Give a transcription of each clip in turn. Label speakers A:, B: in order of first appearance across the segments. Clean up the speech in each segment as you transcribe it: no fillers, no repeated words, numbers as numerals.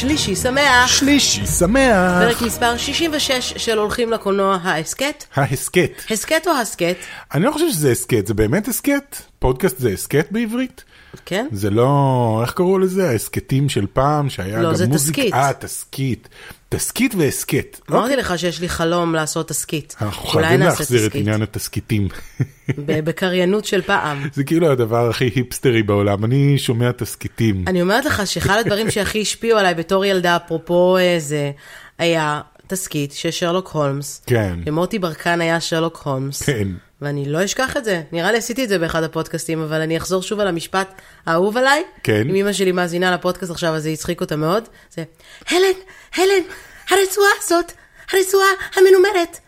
A: שלישי שמח.
B: שלישי שמח.
A: פרק מספר 66 של הולכים לקולנוע ההסקט.
B: ההסקט.
A: הסקט או הסקט?
B: אני לא חושב שזה הסקט, זה באמת הסקט? פודקאסט זה הסקט בעברית?
A: כן.
B: זה לא, איך קראו לזה? ההסקטים של פעם, שהיה
A: לא,
B: גם
A: זה
B: מוזיק.
A: תסקית.
B: תסקית. תסקית והסקט.
A: אמרתי לך שיש לי חלום לעשות תסקית.
B: אנחנו חייבים להחזיר את עניין התסקיתים.
A: בקריינות של פעם.
B: זה כאילו הדבר הכי היפסטרי בעולם. אני שומע תסקיתים.
A: אני אומרת לך שאחד הדברים שהכי השפיעו עליי בתור ילדה, אפרופו זה, היה תסקית של שרלוק הולמס.
B: כן.
A: ומוטי ברקן היה שרלוק הולמס.
B: כן.
A: ואני לא אשכח את זה. נראה לי עשיתי את זה באחד הפודקאסטים, אבל אני אחזור שוב על המשפט האהוב עליי.
B: כן.
A: אם אמא שלי מאזינה לפודקאסט עכשיו, אז זה יצחיק אותה מאוד. זה, הלן, הרצועה הזאת, הרצועה המנומרת.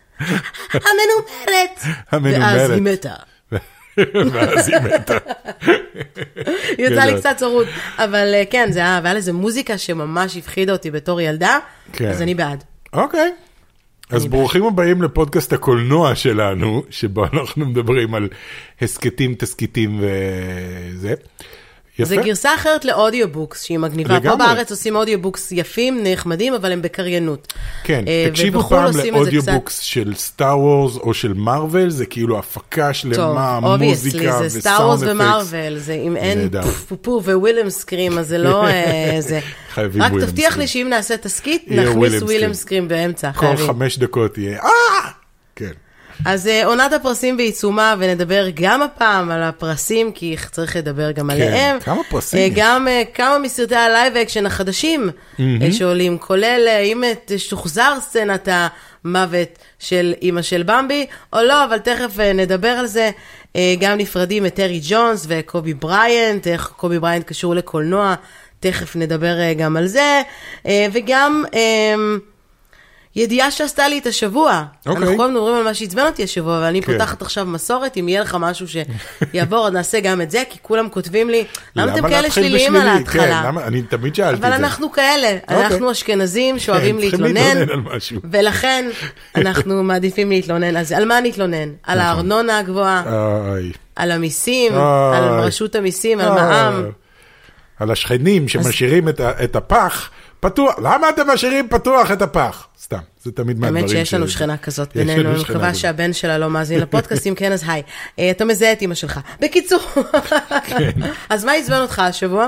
A: ואז היא מתה.
B: ואז היא מתה.
A: יצא לי קצת צרות. אבל כן, זה היה לזה מוזיקה שממש הפחידה אותי בתור ילדה, אז אני בעד.
B: אוקיי. אז ברוכים הבאים לפודקאסט הקולנוע שלנו, שבו אנחנו מדברים על הסקטים, תסקיטים וזה. יפה.
A: זה גרסה אחרת לאודיובוקס, שהיא מגניבה.
B: לגמרי.
A: פה בארץ עושים אודיובוקס יפים, נחמדים, אבל הם בקריינות.
B: כן, תקשיבו פעם לאודיובוקס של סטאר וורס או של מרוויל, זה כאילו הפקה שלמה, מוזיקה וסאונד אפקס.
A: זה סטאר וורס ומרוויל, זה אם אין פופו ווילם סקרים, אז זה לא זה.
B: חייבים
A: רק
B: ווילם
A: תבטיח
B: סקרים.
A: לי שאם נעשה תסקית, נכניס ווילם סקרים באמצע.
B: כל 5 דקות יהיה, כן.
A: אז עונת הפרסים בעיצומה, ונדבר גם הפעם על הפרסים, כי צריך לדבר גם עליהם.
B: כמה פרסים
A: גם כמה מסרטי הלייב אקשן החדשים שעולים, כולל אם תשוחזר סצנת המוות של אמא של במבי, או לא, אבל תכף נדבר על זה. גם נפרדים את טרי ג'ונס וקובי בריינט, איך קובי בריינט קשור לקולנוע, תכף נדבר גם על זה. וגם ידיעה שעשתה לי את השבוע. אנחנו כל הזמן מדברים על מה שעצבן אותי השבוע, אבל אני פותחת עכשיו מסורת, אם יהיה לך משהו שיעבור, אז נעשה גם את זה, כי כולם כותבים לי, למה אתם כאלה שליליים על ההתחלה?
B: אני תמיד שאלתי את זה.
A: אבל אנחנו כאלה, אנחנו אשכנזים שאוהבים להתלונן, ולכן אנחנו מעדיפים להתלונן. אז על מה נתלונן? על הארנונה הגבוהה, על המיסים, על רשות המיסים, על מע"מ.
B: על השכנים שמשאירים את הפח פתוח. למה אתם משאירים פתוח את הפח? סתם, זה תמיד מהדברים.
A: באמת שיש לנו שכנה כזאת בינינו, אני מקווה שהבן שלה לא מאזין לפודקאסטים, כן, אז היי. אתה מזהה את אמא שלך. בקיצור. אז מה עצבן אותך השבוע?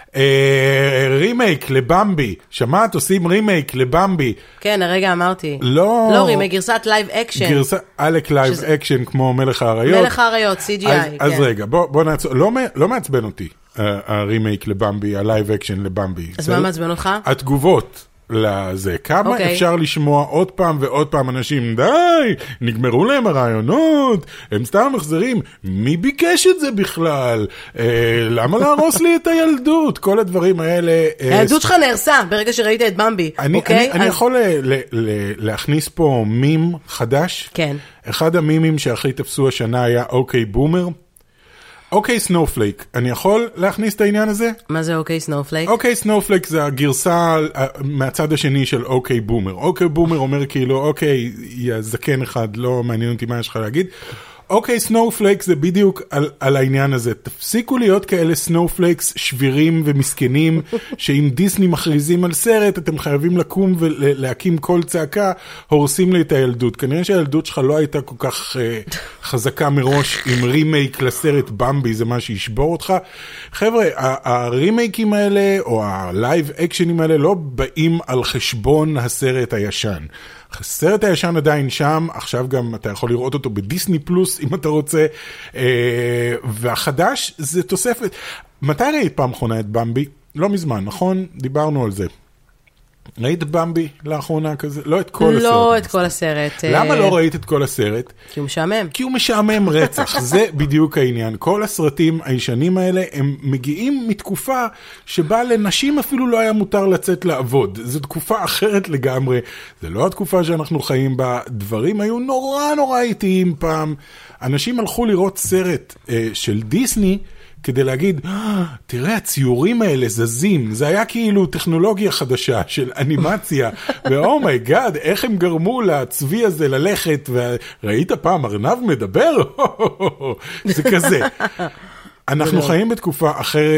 B: רימייק לבמבי. שמעת? עושים רימייק לבמבי.
A: כן, הרגע אמרתי.
B: לא
A: רימייק, גרסת לייב אקשן.
B: גרסת עלק לייב אקשן כמו מלך האריות.
A: מלך האריות, CGI.
B: אז רגע, בוא נעצור. לא מעצבן אותי. הרימייק לבמבי, הלייב אקשן לבמבי.
A: אז מה מעצבן אותך?
B: התגובות לזה. כמה אפשר לשמוע עוד פעם ועוד פעם אנשים, די, נגמרו להם הרעיונות, הם סתם מחזרים, מי ביקש את זה בכלל? למה להרוס לי את הילדות? כל הדברים האלה.
A: הילדות שלך נהרסה ברגע שראית את במבי.
B: אני יכול להכניס פה מים חדש.
A: כן.
B: אחד המימים שהכי תפסו השנה היה אוקיי בומר. אוקיי סנופלייק, אני יכול להכניס את העניין הזה?
A: מה זה אוקיי סנופלייק?
B: אוקיי סנופלייק זה הגרסה מהצד השני של אוקיי בומר. אוקיי בומר אומר כאילו, אוקיי, יא זקן אחד, לא מעניין אותי מה יש לך להגיד. אוקיי סנופלייק זה בדיוק על העניין הזה. תפסיקו להיות כאלה סנופלייקס שבירים ומסכנים, שאם דיסני מכריזים על סרט, אתם חייבים לקום ולהקים כל צעקה, הורסים לי את הילדות. כנראה שהילדות שלך לא הייתה כל כך חזקה מראש, עם רימייק לסרט במבי, זה מה שישבור אותך. חבר'ה, הרימייקים האלה, או הלייב אקשנים האלה, לא באים על חשבון הסרט הישן. הסרט הישן עדיין שם, עכשיו גם אתה יכול לראות אותו בדיסני פלוס אם אתה רוצה, והחדש זה תוספת. מתי ראית פעם אחרונה את במבי? לא מזמן, נכון? דיברנו על זה. ראית במבי לאחרונה כזה? לא את כל הסרט.
A: לא את כל הסרט.
B: למה לא ראית את כל הסרט?
A: כי הוא משעמם.
B: כי הוא משעמם רצח. זה בדיוק העניין. כל הסרטים הישנים האלה, הם מגיעים מתקופה שבה לנשים אפילו לא היה מותר לצאת לעבוד. זו תקופה אחרת לגמרי. זה לא התקופה שאנחנו חיים בה. דברים היו נורא איטיים פעם. אנשים הלכו לראות סרט של דיסני, כדי להגיד, תראה, הציורים האלה זזים. זה היה כאילו טכנולוגיה חדשה של אנימציה, ואומי גאד, איך הם גרמו לצבי הזה ללכת, וראית פעם ארנב מדבר? זה כזה. אנחנו חיים בתקופה אחרת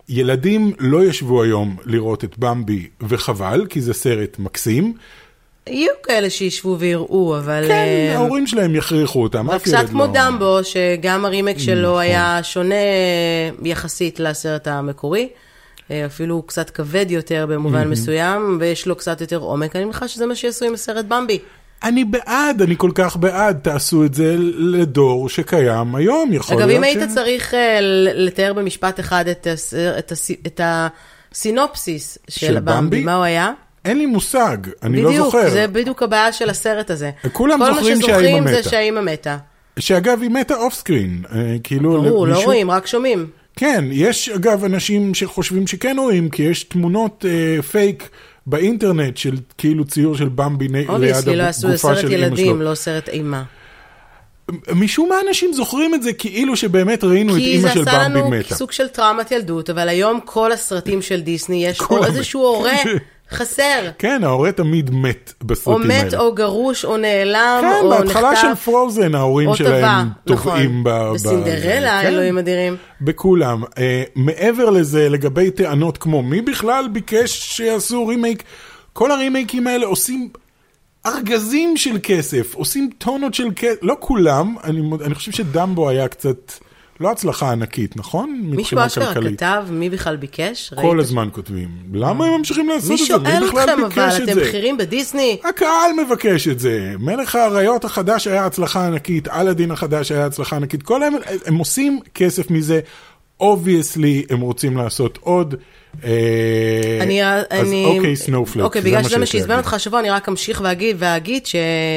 B: ילדים לא ישבו היום לראות את במבי, וחבל, כי זה סרט מקסים.
A: יהיו כאלה שישבו ויראו, אבל...
B: כן, ההורים שלהם יכריחו אותם.
A: אבל קצת כמו דמבו, שגם הרימק שלו היה שונה יחסית לסרט המקורי, אפילו קצת כבד יותר במובן מסוים, ויש לו קצת יותר עומק. אני מניחה שזה מה שיעשו עם הסרט במבי.
B: אני בעד, אני כל כך בעד, תעשו את זה לדור שקיים היום, יכול להיות
A: אגב, אם היית צריך לתאר במשפט אחד את הסינופסיס של במבי, מה הוא היה?
B: אין לי מושג, אני לא זוכר.
A: בדיוק, זה בדיוק הבעיה של הסרט הזה.
B: כולם זוכרים שהאימא מתה.
A: כל מה שזוכרים זה שהאימא מתה.
B: שאגב, היא מתה אוף סקרין.
A: ברור, לא רואים, רק שומעים.
B: כן, יש אגב אנשים שחושבים שכן רואים, כי יש תמונות פייק באינטרנט של כאילו ציור של במבי ליד הגופה של אמא שלו.
A: לא סרט ילדים, לא סרט אימה.
B: משום מה אנשים זוכרים את זה כאילו שבאמת ראינו את אמא של במבי מתה.
A: כי זה עשה לנו סוג של טראומת ילדות, אבל היום כל הסרטים של דיסני יש פה איזשהו הורה חסר.
B: כן, ההורה תמיד מת בסרטים האלה.
A: או מת או גרוש או נעלם
B: כן,
A: או נחטף.
B: כן, בהתחלה של פרוזן ההורים שלהם טובעים
A: בסינדרלה, אלוהים אדירים.
B: בכולם. מעבר לזה, לגבי טענות כמו מי בכלל ביקש שיעשו רימייק, כל הרימייקים האלה עושים ארגזים של כסף, עושים טונות של כסף, לא כולם, אני חושב שדמבו היה קצת, לא הצלחה ענקית, נכון?
A: מישהו אשכרה כתב, מי בכלל ביקש?
B: כל הזמן כותבים. למה הם ממשיכים לעשות את זה?
A: מי שואל אתכם אבל, אתם בכירים בדיסני?
B: הקהל מבקש את זה. מלך האריות החדש היה הצלחה ענקית, אלאדין החדש היה הצלחה ענקית, כל הם עושים כסף מזה, obviously הם רוצים לעשות עוד. אז אוקיי, סנופלק.
A: אוקיי, בגלל שזה מה שהזמן אותך שבוע, אני רק אמשיך ואגיד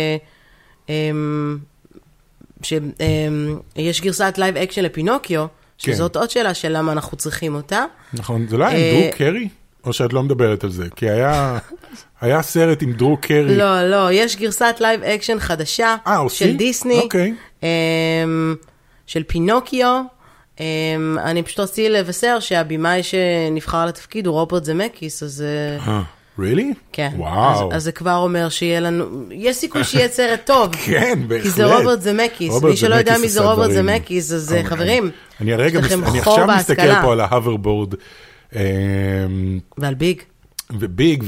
A: שיש גרסת לייב אקשן לפינוקיו, שזאת עוד שאלה של למה אנחנו צריכים אותה.
B: נכון, זה לא היה עם דרו קרי? או שאת לא מדברת על זה? כי היה סרט עם דרו קרי.
A: לא, יש גרסת לייב אקשן חדשה של דיסני, של פינוקיו. אני פשוט רציתי לבשר שהבימאי שנבחר לתפקיד הוא רוברט זמקיס, אז...
B: really?
A: כן.
B: וואו.
A: אז זה כבר אומר שיהיה לנו... יש סיכוי שיהיה סרט טוב.
B: כן, בהחלט.
A: כי זה רוברט זמקיס. מי שלא יודע מי זה רוברט זמקיס, אז חברים,
B: אני עכשיו מסתכל פה על ההוברבורד.
A: ועל ביג.
B: וביג,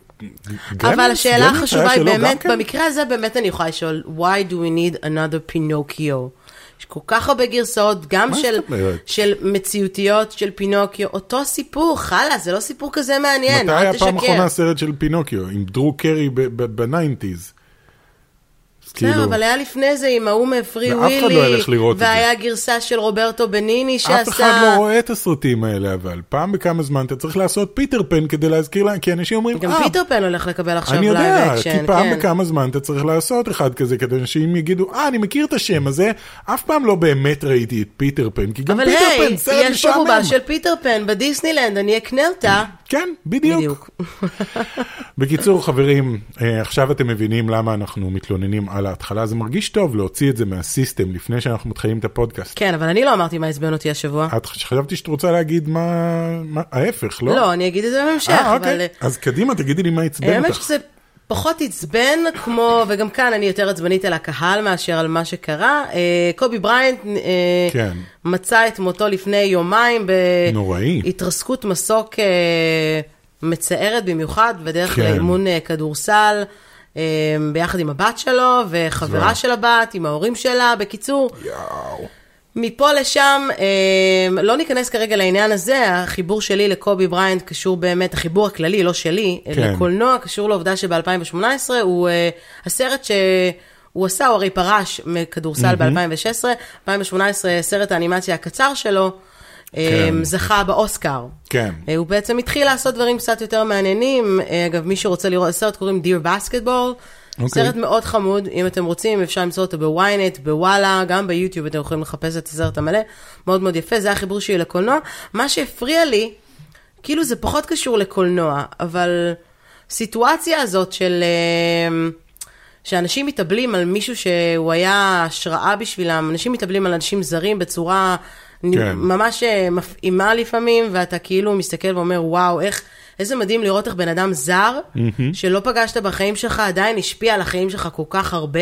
A: אבל השאלה החשובה היא באמת, במקרה הזה באמת אני יכולה לשאול, why do we need another Pinocchio? יש כל כך הרבה גרסאות, גם של מציאותיות של פינוקיו, אותו סיפור, חלה, זה לא סיפור כזה מעניין,
B: מתי היה פעם אחרונה סרט של פינוקיו, עם דרו קרי ב-90s?
A: בסדר, אבל היה לפני זה עם ההוא מפרי ווילי, והיה גרסה של רוברטו בניני שעשה...
B: אף אחד לא רואה את הסרטים האלה, אבל פעם בכמה זמן אתה צריך לעשות פיטר פן כדי להזכיר להם, כי אנשים אומרים...
A: גם פיטר פן הולך לקבל עכשיו לייב אקשן.
B: אני יודע, כי פעם בכמה זמן אתה צריך לעשות אחד כזה, כדי אנשים יגידו, אני מכיר את השם הזה, אף פעם לא באמת ראיתי את פיטר פן, כי גם פיטר פן סרט משעמם. אבל
A: יש פה רובה של פיטר פן בדיסנילנד, אני אקנה אותה.
B: כן, בדיוק. בקיצור, חברים, עכשיו אתם מבינים למה אנחנו מתלוננים על ההתחלה. זה מרגיש טוב להוציא את זה מהסיסטם לפני שאנחנו מתחילים את הפודקאסט.
A: כן, אבל אני לא אמרתי מה הסבן אותי השבוע.
B: את חשבתי שאת רוצה להגיד מה ההפך, לא?
A: לא, אני אגיד את זה בהמשך.
B: אוקיי. אז קדימה, תגידי לי מה עצבן אותך.
A: האמת שזה פחות עצבן כמו, וגם כאן אני יותר עצבנית על הקהל מאשר על מה שקרה. קובי בריינט מצא את מותו לפני יומיים בהתרסקות מסוק מצערת במיוחד, בדרך לאימון כדורסל, ביחד עם הבת שלו, וחברה של הבת, עם ההורים שלה, בקיצור. מפה לשם, לא ניכנס כרגע לעניין הזה, החיבור שלי לקובי בריינט קשור באמת, החיבור הכללי, לא שלי, לקולנוע, קשור לעובדה שב-2018, הוא הסרט שהוא עשה, הוא הרי פרש מכדורסל ב-2016, 2018, סרט האנימציה הקצר שלו, זכה באוסקר.
B: כן.
A: הוא בעצם התחיל לעשות דברים קצת יותר מעניינים, אגב, מי שרוצה לראות, הסרט קוראים Dear Basketball, סרט מאוד חמוד, אם אתם רוצים, אפשר למצוא אותו בוויינט, בוואלה, גם ביוטיוב, אתם יכולים לחפש את הסרט המלא, מאוד מאוד יפה, זה החיבור שלי לקולנוע. מה שהפריע לי, כאילו זה פחות קשור לקולנוע, אבל סיטואציה הזאת של, שאנשים מתאבלים על מישהו שהוא היה השראה בשבילם, אנשים מתאבלים על אנשים זרים בצורה ממש מפעימה לפעמים, ואתה כאילו מסתכל ואומר, וואו, איזה מדהים לראות איך בן אדם זר, שלא פגשת בחיים שלך, עדיין השפיע על החיים שלך כל כך הרבה,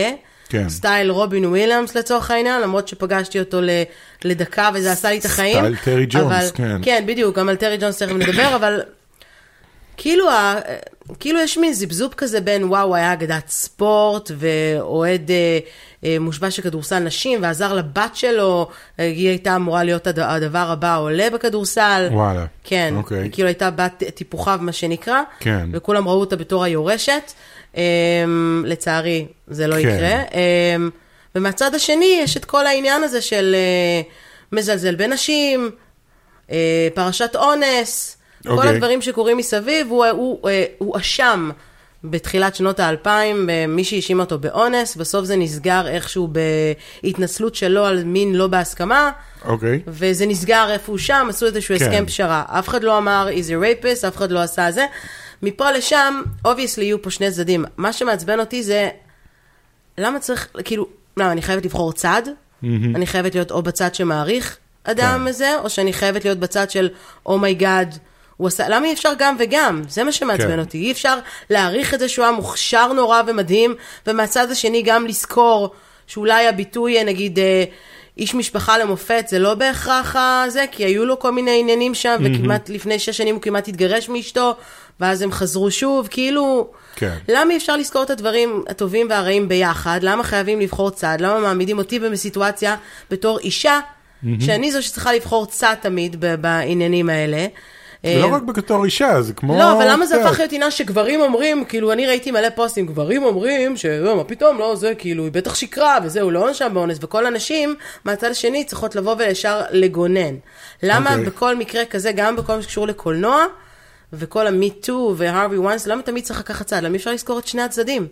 B: כן.
A: סטייל רובין וויליאמס לצורך העניין, למרות שפגשתי אותו לדקה וזה עשה לי את החיים.
B: סטייל טרי ג'ונס, כן.
A: כן, בדיוק, גם על טרי ג'ונס תכף נדבר, אבל כאילו יש מין זיבזוב כזה בין וואו, היה אגדת ספורט ואוהד מושבע של כדורסל נשים, ועזר לבת שלו, היא הייתה אמורה להיות הדבר הבא העולה בכדורסל.
B: וואלה.
A: כן,
B: אוקיי.
A: כאילו הייתה בת טיפוחיו מה שנקרא,
B: כן.
A: וכולם ראו אותה בתור היורשת. לצערי זה לא יקרה. ומהצד השני יש את כל העניין הזה של מזלזל בנשים, פרשת אונס, כל הדברים שקורים מסביב, הוא אשם בתחילת שנות ה-2000, מי שהאשים אותו באונס, בסוף זה נסגר איכשהו בהתנסלות שלו על מין לא בהסכמה, וזה נסגר איפה הוא שם, עשו איזשהו הסכם פשרה. אף אחד לא אמר he's a rapist, אף אחד לא עשה זה. מפה לשם, obviously יהיו פה שני צדדים. מה שמעצבן אותי זה, למה צריך, כאילו, למה, אני חייבת לבחור צד? אני חייבת להיות או בצד שמעריך אדם הזה, או שאני חייבת להיות בצד של, אומייגאד, למה אי אפשר גם וגם? זה מה שמעצבן אותי. אי אפשר להעריך את זה שהוא היה מוכשר נורא ומדהים, ומהצד השני גם לזכור שאולי הביטוי, נגיד, איש משפחה למופת, זה לא בהכרח זה, כי היו לו כל מיני עניינים שם, וכמעט לפני 6 שנים הוא כמעט התגרש מאשתו, ואז הם חזרו שוב, כאילו, למה אי אפשר לזכור את הדברים הטובים והרעים ביחד? למה חייבים לבחור צד? למה מעמידים אותי בסיטואציה בתור אישה, שאני זו שצריכה לבחור צד תמיד בעניינים האלה?
B: ולא רק בתור אישה, זה כמו...
A: לא, אבל למה זה הפך להיות עניין שגברים אומרים, כאילו אני ראיתי מלא פוסטים, גברים אומרים מה פתאום, לא, זה כאילו, היא בטח שקרה, וזה, הוא לא נשם באונס, וכל הנשים מהצד השני צריכות לבוא ולשאר לגונן. למה בכל מקרה כזה, גם בכל מה שקשור לקולנוע, וכל המיטו והרווי וואנס, למה תמיד צריך לקחת צד? למה אפשר לזכור את שני הצדדים?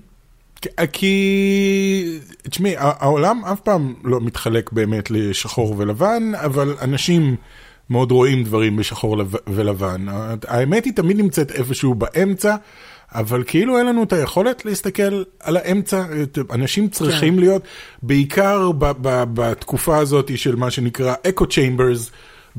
B: כי, תשמעי, העולם אף פעם לא מתחלק באמת לשחור ולבן, אבל אנשים מאוד רואים דברים בשחור ולבן. האמת היא תמיד נמצאת איפשהו באמצע, אבל כאילו אין לנו את היכולת להסתכל על האמצע. אנשים צריכים להיות, בעיקר בתקופה הזאת של מה שנקרא echo chambers,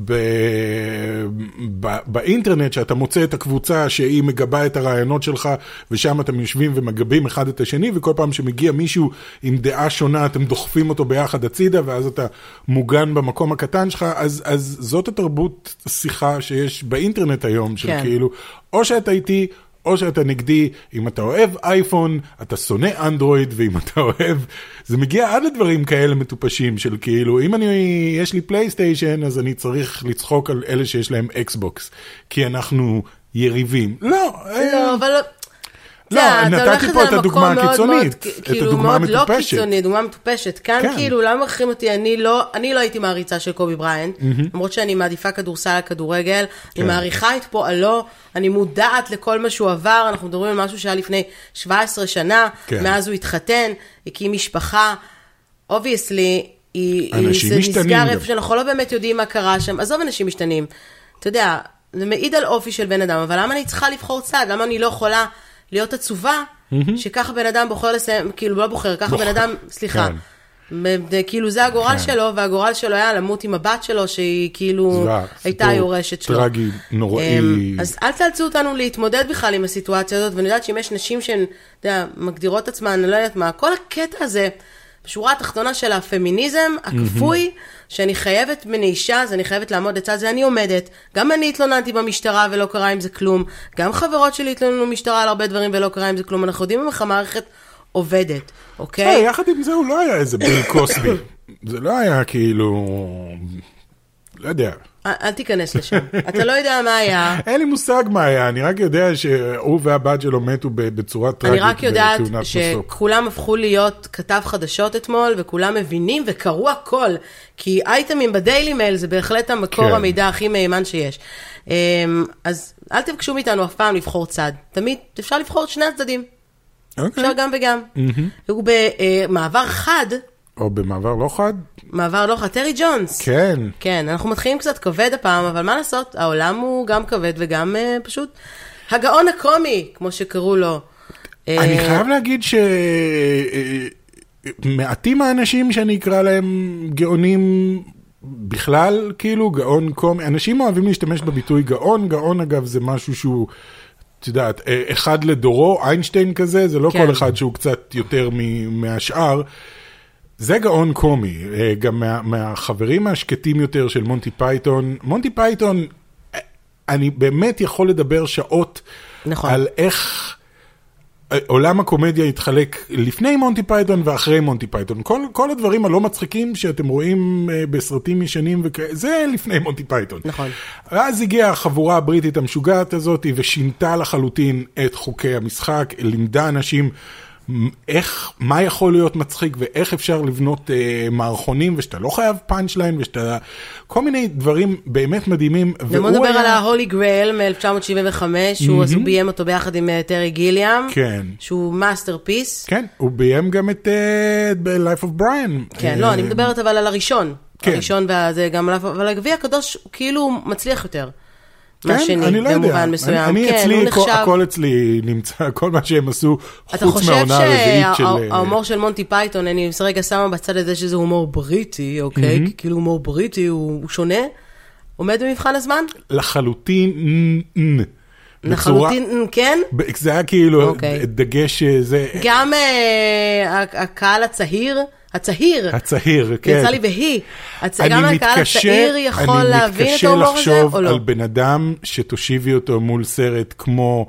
B: באינטרנט, שאתה מוצא את הקבוצה שהיא מגבה את הרעיונות שלך, ושם אתם יושבים ומגבים אחד את השני, וכל פעם שמגיע מישהו עם דעה שונה, אתם דוחפים אותו ביחד הצידה, ואז אתה מוגן במקום הקטן שלך. אז זאת התרבות שיחה שיש באינטרנט היום, של כאילו, או שאתה איתי, או שאתה נגדי. אם אתה אוהב אייפון, אתה שונא אנדרואיד, ואם אתה אוהב, זה מגיע עד לדברים כאלה מטופשים, של כאילו, אם יש לי פלייסטיישן, אז אני צריך לצחוק על אלה שיש להם אקסבוקס, כי אנחנו יריבים. לא,
A: אבל...
B: לא, נתתי פה את הדוגמה הקיצונית, את הדוגמה המטופשת.
A: מאוד לא קיצונית, דוגמה מטופשת. כאן כאילו, למה מכריחים אותי? אני לא הייתי מעריצה של קובי בריינט, למרות שאני מעדיפה כדורסל על כדורגל, אני מעריכה את פועלו, אני מודעת לכל מה שהוא עבר, אנחנו מדברים על משהו שהיה לפני 17 שנה, מאז הוא התחתן, הקים משפחה, obviously, זה נסגר איפה שאנחנו לא באמת יודעים מה קרה שם, עזוב אנשים משתנים. אתה יודע, זה מעיד על אופי של בן אדם, אבל למה אני צריכה לבחור צד? למה אני לא יכולה להיות עצובה, שככה בן אדם בוחר לסיים, כאילו לא בוחר, ככה בן אדם, סליחה, כאילו זה הגורל שלו, והגורל שלו היה למות עם הבת שלו, שהיא כאילו הייתה היורשת שלו.
B: טרגי, נוראי.
A: אז אל תאלצו אותנו להתמודד בכלל עם הסיטואציה הזאת, ואני יודעת שאם יש נשים שהן מגדירות עצמן, אני לא יודעת מה, כל הקטע הזה, בשורה התחתונה של הפמיניזם, הכפוי, שאני חייבת מנאישה, אז אני חייבת לעמוד לצד זה, אני עומדת. גם אני התלוננתי במשטרה ולא קרה עם זה כלום. גם חברות שלי התלוננו במשטרה על הרבה דברים ולא קרה עם זה כלום. אנחנו יודעים איך המערכת עובדת, אוקיי?
B: יחד עם זה הוא לא היה איזה ביל קוסבי. זה לא היה כאילו... לא יודע.
A: אל תיכנס לשם. אתה לא יודע מה היה.
B: אין לי מושג מה היה. אני רק יודע שהוא והבת שלו מתו בצורה טרגית.
A: אני רק יודעת שכולם הפכו להיות כתב חדשות אתמול, וכולם מבינים וקראו הכל. כי אייטמים בדיילי מייל זה בהחלט המקור המידע הכי מהימן שיש. אז אל תבקשו מאיתנו אף פעם לבחור צד. תמיד אפשר לבחור את שני הצדדים. אפשר גם וגם. הוא במעבר חד,
B: או במעבר לא חד.
A: מעבר לא חד, טרי ג'ונס.
B: כן.
A: כן, אנחנו מתחילים קצת כבד הפעם, אבל מה לעשות? העולם הוא גם כבד וגם פשוט הגאון הקומי, כמו שקראו לו.
B: אני חייב להגיד שמעטים האנשים שאני אקרא להם גאונים בכלל, כאילו גאון קומי. אנשים אוהבים להשתמש בביטוי גאון. גאון אגב זה משהו שהוא את יודעת, אחד לדורו, איינשטיין כזה, זה לא
A: כן.
B: כל אחד שהוא קצת יותר מהשאר. זה גאון קומי, גם מהחברים השקטים יותר של מונטי פייתון. מונטי פייתון, אני באמת יכול לדבר שעות
A: נכון.
B: על איך עולם הקומדיה התחלק לפני מונטי פייתון ואחרי מונטי פייתון. כל הדברים הלא מצחיקים שאתם רואים בסרטים ישנים, זה לפני מונטי פייתון.
A: נכון.
B: ואז הגיעה החבורה הבריטית המשוגעת הזאת ושינתה לחלוטין את חוקי המשחק, לימדה אנשים מה יכול להיות מצחיק ואיך אפשר לבנות מערכונים, ושאתה לא חייב פאנץ' ליין, ושאתה כל מיני דברים באמת מדהימים.
A: בוא נדבר על ההולי גרייל מ-1975, שהוא ביים אותו ביחד עם טרי גיליאם,
B: כן.
A: שהוא מאסטרפיס.
B: כן, הוא ביים גם את Life of Brian.
A: כן, לא, אני מדברת אבל על הראשון.
B: כן.
A: הראשון וזה גם, אבל הגביע הקדוש הוא כאילו מצליח יותר.
B: כן, אני לא יודע.
A: במובן מסוים.
B: אני
A: כן,
B: אצלי,
A: נחשב...
B: הכל אצלי נמצא, כל מה שהם עשו,
A: אתה
B: חוץ
A: חושב
B: מהעונה הרביעית של...
A: שההומור של מונטי פייתון, אני רגע שמה בצד הזה שזה הומור בריטי, אוקיי? כי כאילו הומור בריטי הוא שונה? עומד במבחן הזמן?
B: לחלוטין,
A: לחלוטין, כן?
B: זה היה כאילו
A: אוקיי.
B: דגש זה...
A: גם הקהל הצעיר,
B: כן.
A: יצא לי והיא, גם הקהל הצעיר יכול להבין את ההומור הזה, או לא?
B: אני מתקשה לחשוב על בן אדם שתושיבי אותו מול סרט כמו...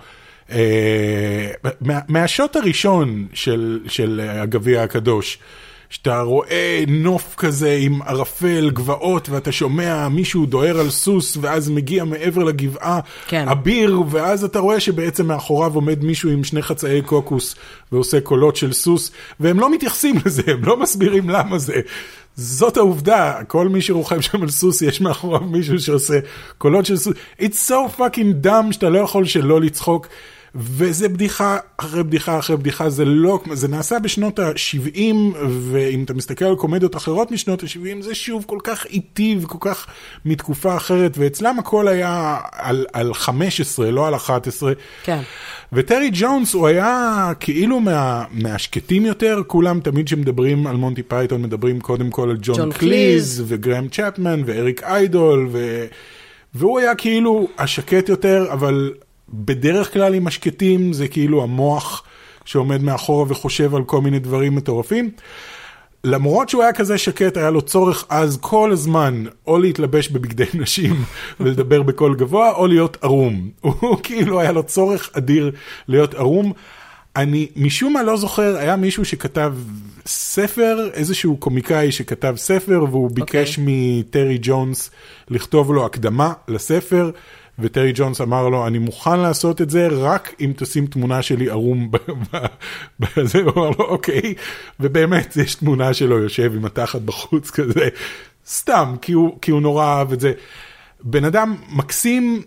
B: מהשוט הראשון של הגביע הקדוש, שאתה רואה נוף כזה עם ערפל, גבעות, ואתה שומע מישהו דוהר על סוס, ואז מגיע מעבר לגבעה,
A: כן.
B: אביר, ואז אתה רואה שבעצם מאחוריו עומד מישהו עם 2 חצאי קוקוס, ועושה קולות של סוס, והם לא מתייחסים לזה, הם לא מסבירים למה זה. זאת העובדה, כל מי שרוכב שם על סוס, יש מאחוריו מישהו שעושה קולות של סוס. It's so fucking dumb, שאתה לא יכול שלא לצחוק, וזה בדיחה אחרי בדיחה אחרי בדיחה, זה נעשה בשנות ה-70, ואם אתה מסתכל על קומדיות אחרות משנות ה-70, זה שוב כל כך איטי וכל כך מתקופה אחרת, ואצלם הכל היה על 15, לא על 11.
A: כן.
B: וטרי ג'ונס הוא היה כאילו מהשקטים יותר, כולם תמיד שמדברים על מונטי פייתון, מדברים קודם כל על ג'ון קליז, וגרם צ'פמן, ואריק איידול, והוא היה כאילו השקט יותר, אבל... בדרך כלל עם השקטים זה כאילו המוח שעומד מאחורה וחושב על כל מיני דברים מטורפים. למרות שהוא היה כזה שקט, היה לו צורך אז כל הזמן או להתלבש בבגדי נשים ולדבר בקול גבוה, או להיות ערום. הוא כאילו היה לו צורך אדיר להיות ערום. אני משום מה לא זוכר, היה מישהו שכתב ספר, איזשהו קומיקאי שכתב ספר, והוא ביקש מטרי ג'ונס לכתוב לו הקדמה לספר, וטרי ג'ונס אמר לו, אני מוכן לעשות את זה, רק אם תשים תמונה שלי ערום בזה, הוא אמר לו, אוקיי, ובאמת יש תמונה שלו יושב עם התחת בחוץ כזה, סתם, כי הוא נורא אהב את זה. בן אדם מקסים,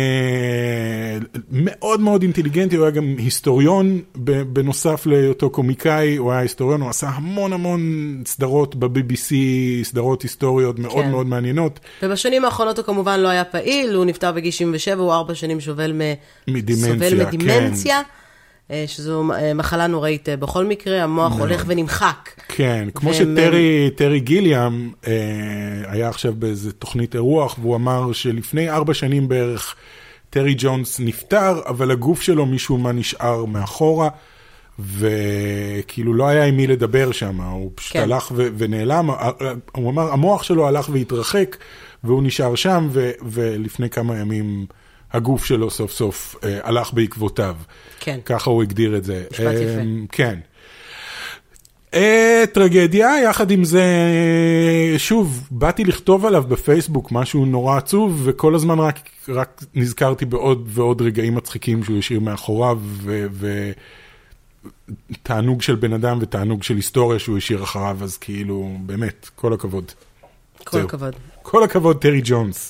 B: מאוד מאוד אינטליגנטי, הוא היה גם היסטוריון, בנוסף לאותו קומיקאי, הוא היה היסטוריון, הוא עשה המון המון סדרות בבי-בי-סי, סדרות היסטוריות מאוד
A: כן.
B: מאוד מעניינות.
A: ובשנים האחרונות הוא כמובן לא היה פעיל, הוא נפטר בגיל 77, הוא 4 שנים סובל מדימנציה, שזו מחלה נוראית בכל מקרה, המוח הולך ונמחק.
B: כן, כמו שטרי גיליאם היה עכשיו באיזו תוכנית אירוח, והוא אמר שלפני 4 שנים בערך טרי ג'ונס נפטר, אבל הגוף שלו משום מה נשאר מאחורה, וכאילו לא היה עם מי לדבר שם, הוא פשוט הלך ונעלם, הוא אמר, המוח שלו הלך והתרחק, והוא נשאר שם, ולפני כמה ימים הגוף שלו סוף סוף הלך בעקבותיו.
A: כן.
B: ככה הוא הגדיר את זה.
A: משפט יפה.
B: כן. טרגדיה, יחד עם זה, שוב, באתי לכתוב עליו בפייסבוק משהו נורא עצוב, וכל הזמן רק נזכרתי בעוד ועוד רגעים מצחיקים שהוא השאיר מאחוריו, ותענוג של בן אדם ותענוג של היסטוריה שהוא השאיר אחריו, אז כאילו, באמת, כל הכבוד.
A: כל הכבוד.
B: כל הכבוד, טרי ג'ונס.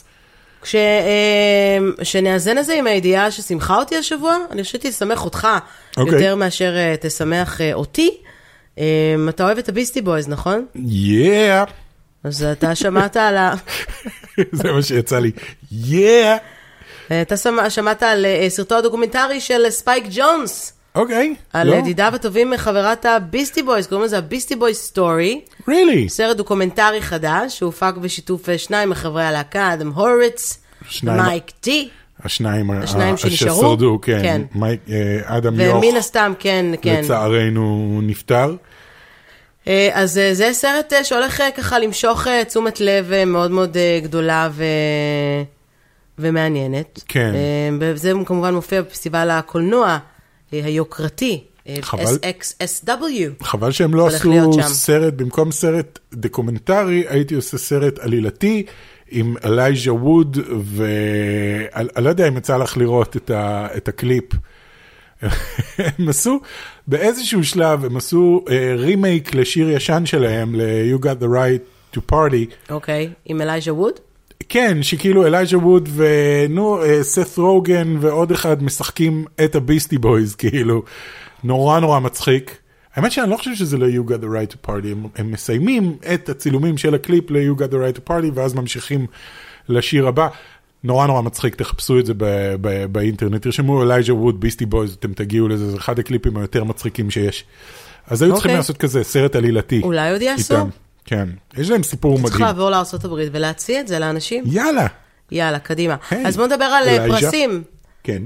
A: שנאזן את זה עם הידיעה ששמחה אותי השבוע, אני חושבת לשמח אותך יותר מאשר תשמח אותי. אתה אוהב את הביסטי בויז, נכון?
B: Yeah.
A: אז אתה שמעת על
B: זה מה שיצא לי. Yeah.
A: אתה שמעת על סרטו הדוקומנטרי של ספייק ג'ונס.
B: אוקיי.
A: על ידידיו הטובים מחברת הביסטי בויז, קוראים לזה הביסטי בויז סטורי.
B: Really?
A: סרט דוקומנטרי חדש, שהופק בשיתוף 2 מחברי הלהקה, אדם הורוביץ, מייק טי.
B: השניים
A: שנשארו,
B: ששרדו,
A: כן.
B: כן. אדם יוך.
A: ומן הסתם, כן.
B: לצערנו נפטר.
A: אז זה סרט שהולך ככה למשוך תשומת לב מאוד מאוד גדולה ומעניינת.
B: כן.
A: וזה כמובן מופיע בפסטיבל הקולנוע היוקרתי, SXSW.
B: חבל שהם לא עשו סרט, במקום סרט דוקומנטרי, הייתי עושה סרט עלילתי עם אלייג'ה ווד, ואני לא יודע אם יצא לך לראות את הקליפ. הם עשו, באיזשהו שלב, הם עשו רימייק לשיר ישן שלהם, ל-You Got the Right to Party.
A: אוקיי, עם אלייג'ה ווד?
B: כן, שכאילו אלייג'ה ווד סת רוגן ועוד אחד משחקים את הביסטי בויז, כאילו, נורא נורא מצחיק. האמת שאני לא חושב שזה ל-You Got the Right to Party, הם מסיימים את הצילומים של הקליפ ל-You Got the Right to Party, ואז ממשיכים לשיר הבא. נורא נורא מצחיק, תחפשו את זה באינטרנט, תרשמו אלייג'ה ווד, ביסטי בויז, אתם תגיעו לזה, זה אחד הקליפים היותר מצחיקים שיש. אז היו צריכים לעשות כזה, סרט עלילתי.
A: אולי עוד יעשו?
B: כן, יש להם סיפור מדהים.
A: צריך לעבור לארצות הברית ולהציע את זה לאנשים.
B: יאללה.
A: יאללה, קדימה. אז בואו נדבר על פרסים.
B: כן.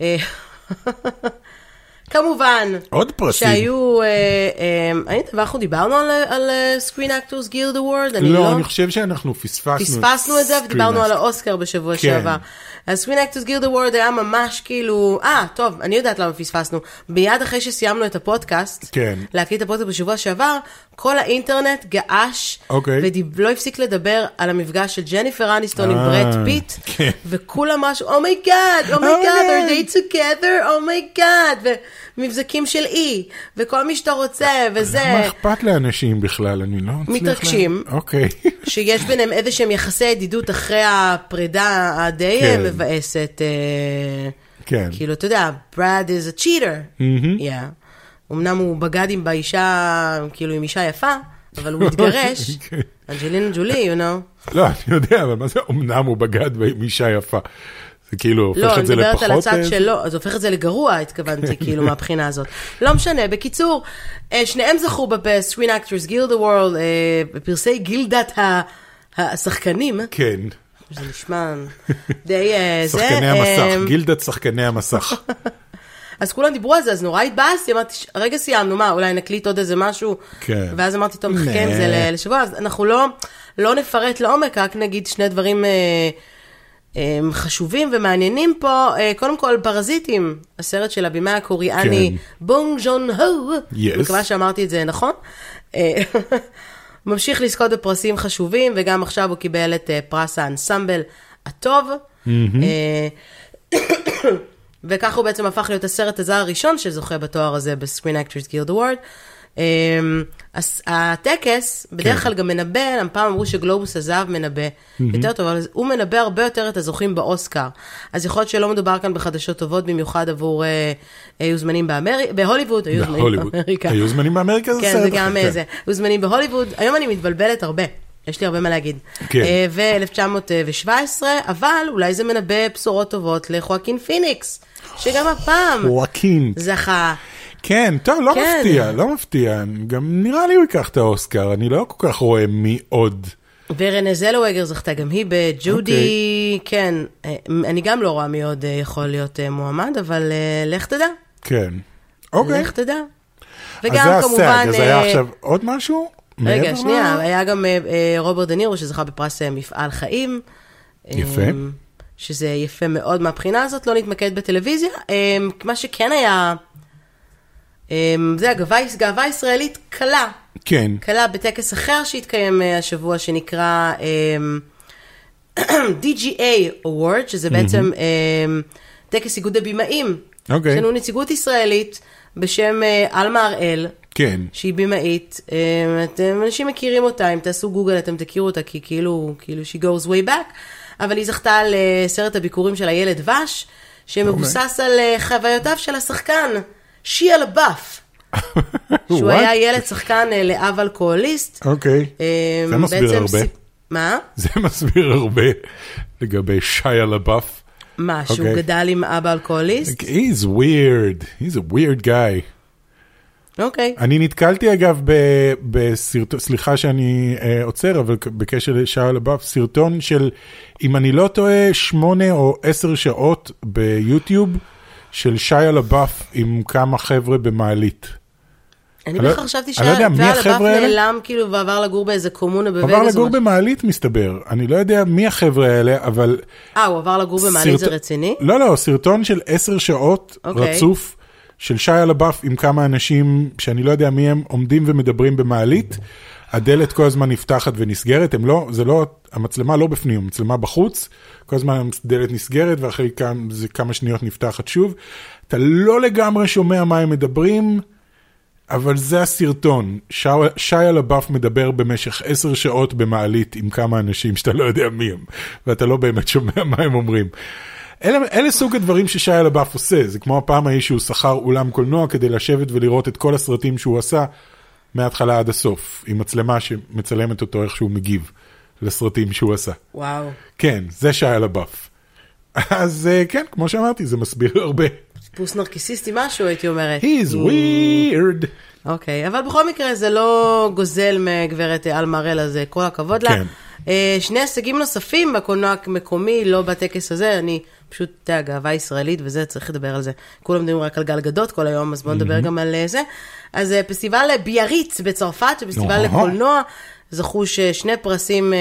A: כמובן.
B: עוד פרסים.
A: שהיו, אנחנו דיברנו על Screen Actors Guild Award?
B: לא, אני חושב שאנחנו
A: פספסנו את זה, ודיברנו על האוסקר בשבוע שעבר. אז Screen Actors Guild Award היה ממש כאילו, טוב, אני יודעת למה פספסנו. ביד אחרי שסיימנו את הפודקאסט, להקליט את הפודקאסט בשבוע שעבר, כל האינטרנט געש, ולא הפסיק לדבר על המפגש של ג'ניפר אניסטון עם ברד פיט, וכולם משהו, Oh my God, are they together? Oh my God, ומבזקים של וכל מי שאתה רוצה, וזה.
B: מה אכפת לאנשים בכלל? אני לא
A: מתרגשים.
B: אוקיי.
A: שיש ביניהם איזה שהם יחסי ידידות אחרי הפרידה הדי מבאסת.
B: כן.
A: כאילו, אתה יודע, Brad is a cheater. אמנם הוא בגד עם באישה, כאילו עם אישה יפה, אבל הוא מתגרש. אנג'לינה ג'ולי, you know.
B: לא, אני יודע, אבל מה זה אמנם הוא בגד עם אישה יפה? זה כאילו הופך את זה לפחות...
A: לא, אני מדברת על הצד שלו, אז הופך את זה לגרוע, התכוונתי, כאילו, מהבחינה הזאת. לא משנה, בקיצור, שניהם זכו ב-Screen Actors Guild Award, בפרסי גילדת השחקנים.
B: כן.
A: זה נשמע די...
B: שחקני המסך, גילדת שחקני המסך.
A: אז כולם דיברו על זה, אז נורא התבאסתי, אמרתי, רגע סיימנו, מה, אולי נקליט עוד איזה משהו, ואז אמרתי, טוב, נחכה עם זה לשבוע, אז אנחנו לא נפרט לעומק, רק נגיד שני דברים חשובים ומעניינים פה, קודם כל, פרזיטים, הסרט של הבימה הקוריאני, בונג ג'ון הו, מקווה שאמרתי את זה נכון, ממשיך לזכות בפרסים חשובים, וגם עכשיו הוא קיבל את פרס האנסמבל הטוב, וכך הוא בעצם הפך להיות הסרט הזר הראשון שזוכה בתואר הזה ב-Screen Actors Guild Award. הטקס בדרך כלל גם מנבא, פעם אמרו שגלובוס הזהב מנבא יותר טוב, אבל הוא מנבא הרבה יותר את הזוכים באוסקר. אז יכול להיות שלא מדובר כאן בחדשות טובות, במיוחד עבור היו זמנים בהוליווד, היו זמנים באמריקה.
B: היו זמנים באמריקה זה סרט.
A: כן, זה גם זה. היו זמנים בהוליווד, היום אני מתבלבלת הרבה. יש לי הרבה מה להגיד. ו-1917, אבל אולי זה מנבא בשורות טובות לחואקין פיניקס, שגם הפעם זכה.
B: כן, טוב, לא מפתיע. גם נראה לי הוא ייקח את האוסקר, אני לא כל כך רואה מי עוד.
A: ורנה זלווגר זכתה גם היא בג'ודי, כן, אני גם לא רואה מי עוד יכול להיות מועמד, אבל לך תדע.
B: כן, אוקיי.
A: לך תדע. וגם כמובן...
B: אז היה עכשיו עוד משהו?
A: רגע, שנייה, היה גם רוברט דה נירו שזכה בפרס מפעל חיים.
B: יפה.
A: שזה יפה מאוד מהבחינה הזאת, לא נתמקד בטלוויזיה. מה שכן היה, זה גאווה ישראלית קלה.
B: כן.
A: קלה בטקס אחר שהתקיים השבוע, שנקרא DGA Award, שזה בעצם טקס איגוד הבימאים.
B: אוקיי.
A: יש לנו נציגות ישראלית בשם אלמה הראל.
B: כן.
A: שהיא בימאית, אנשים מכירים אותה, אם תעשו גוגל אתם תכירו אותה, כי כאילו she goes way back, אבל היא זכתה על סרט הביקורים של הילד וש, שמבוסס על חוויותיו של השחקן, שיה לבף, שהוא היה ילד שחקן לאב אלכוהוליסט.
B: אוקיי, זה מסביר הרבה.
A: מה?
B: זה מסביר הרבה לגבי שיה לבף.
A: מה, שהוא גדל עם אבא אלכוהוליסט?
B: He's a weird guy.
A: אוקיי.
B: אני נתקלתי אגב בסרטון, סליחה שאני עוצר, אבל בקשר לשעה לבאף, סרטון של, אם אני לא טועה, 8 או 10 שעות ביוטיוב, של שיה לבאף עם כמה חבר'ה במעלית.
A: אני בכלל חשבתי שיה לבאף נעלם כאילו ועבר לגור באיזה קומונה בווגאס.
B: עבר לגור במעלית מסתבר. אני לא יודע מי החבר'ה האלה, אבל...
A: הוא עבר לגור במעלית, זה רציני?
B: לא, סרטון של 10 שעות רצוף, של שיה לבאף עם כמה אנשים שאני לא יודע מי הם, עומדים ומדברים במעלית. הדלת כל הזמן נפתחת ונסגרת, המצלמה לא בפנים, המצלמה בחוץ, כל הזמן הדלת נסגרת, ואחרי כמה שניות נפתחת שוב. אתה לא לגמרי שומע מה הם מדברים, אבל זה הסרטון. שיה לבאף מדבר במשך 10 שעות במעלית עם כמה אנשים שאתה לא יודע מי הם, ואתה לא באמת שומע מה הם אומרים. אלה סוג הדברים ששיה לבאף עושה, זה כמו הפעם ההיא שהוא שכר אולם קולנוע כדי לשבת ולראות את כל הסרטים שהוא עשה, מההתחלה עד הסוף, עם מצלמה שמצלמת אותו איך שהוא מגיב לסרטים שהוא עשה.
A: וואו.
B: כן, זה שיה לבאף. אז כן, כמו שאמרתי, זה מסביר הרבה.
A: טיפוס נרקיסיסטי משהו, הייתי אומרת.
B: He's weird.
A: אוקיי, אבל בכל מקרה זה לא גוזל מגברת אלמרל, אז כל הכבוד לה. שני הישגים נוספים בקולנוע המקומי, לא בטקס הזה, אני פשוט גאווה ישראלית, וזה צריך לדבר על זה. כולם מדברים רק על גלגדות כל היום, אז בואו נדבר גם על זה. אז פסטיבל ביאריץ בצרפת, פסטיבל לקולנוע, זכו שני פרסים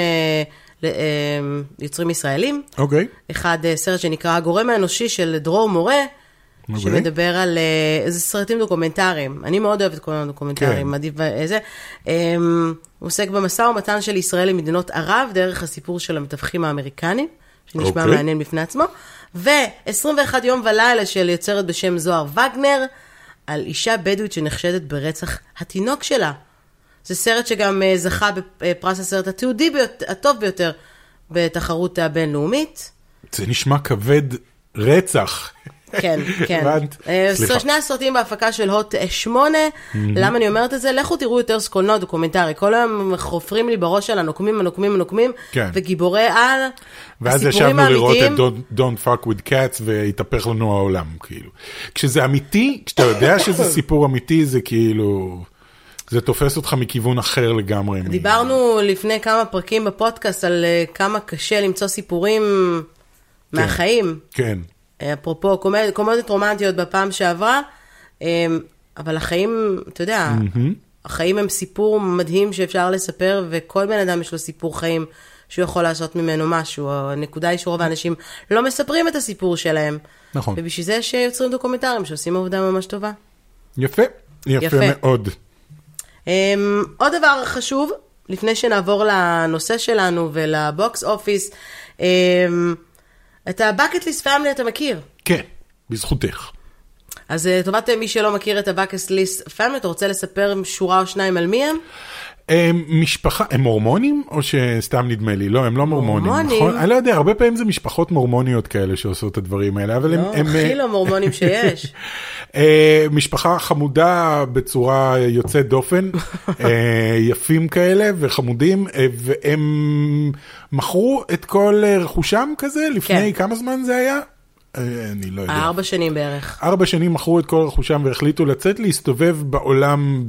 A: יוצרים ישראלים.
B: אוקיי.
A: אחד סרט שנקרא הגורם האנושי של דרור מורה, שמדבר על איזה סרטים דוקומנטריים. אני מאוד אוהבת כל הדוקומנטריים, עדיף איזה. הוא עוסק במשא ומתן של ישראל עם מדינות ערב, דרך הסיפור של המתווכים האמריקנים, שנשמע מעניין בפני עצמו. ו-21 יום ולילה של יוצרת בשם זוהר וגנר, על אישה בדואית שנחשדת ברצח התינוק שלה. זה סרט שגם זכה בפרס הסרט התיעודי הטוב ביותר בתחרות הבינלאומית.
B: זה נשמע כבד רצח.
A: כן, כן. שני הסרטים בהפקה של הוט 8, למה אני אומרת את זה? לכו תראו יותר קולנוע דוקומנטרי, כל היום חופרים לי בראש על הנוקמים, וגיבורי על,
B: ואז ישבנו לראות את Don't Fuck With Cats, והתהפך לנו העולם, כאילו. כשזה אמיתי, כשאתה יודע שזה סיפור אמיתי, זה כאילו, זה תופס אותך מכיוון אחר לגמרי.
A: דיברנו לפני כמה פרקים בפודקאסט, על כמה קשה למצוא סיפורים מהחיים.
B: כן.
A: אפרופו, קומדיות רומנטיות בפעם שעברה, אבל החיים, אתה יודע, החיים הם סיפור מדהים שאפשר לספר, וכל בן אדם יש לו סיפור חיים שהוא יכול לעשות ממנו משהו. הנקודה היא שרוב האנשים לא מספרים את הסיפור שלהם.
B: נכון.
A: ובשביל זה שיוצרים דוקומנטרים שעושים עבודה ממש טובה.
B: יפה, יפה מאוד.
A: עוד דבר חשוב, לפני שנעבור לנושא שלנו ולבוקס אופיס, את ה-Bucket List Family אתה מכיר?
B: כן, בזכותך.
A: אז טובת מי שלא מכיר את ה-Bucket List Family, אתה רוצה לספר שורה או שניים על מי הם?
B: משפחה, הם מורמונים או שסתם נדמה לי? לא, הם לא מורמונים, נכון? אני לא יודע, הרבה פעמים זה משפחות מורמוניות כאלה שעושות את הדברים האלה, אבל הם...
A: לא, הכי לא מורמונים שיש.
B: משפחה חמודה בצורה יוצאת דופן, יפים כאלה וחמודים, והם מכרו את כל רכושם כזה, לפני כמה זמן זה היה? אני לא יודע.
A: 4 שנים בערך.
B: 4 שנים מכרו את כל רכושם והחליטו לצאת להסתובב בעולם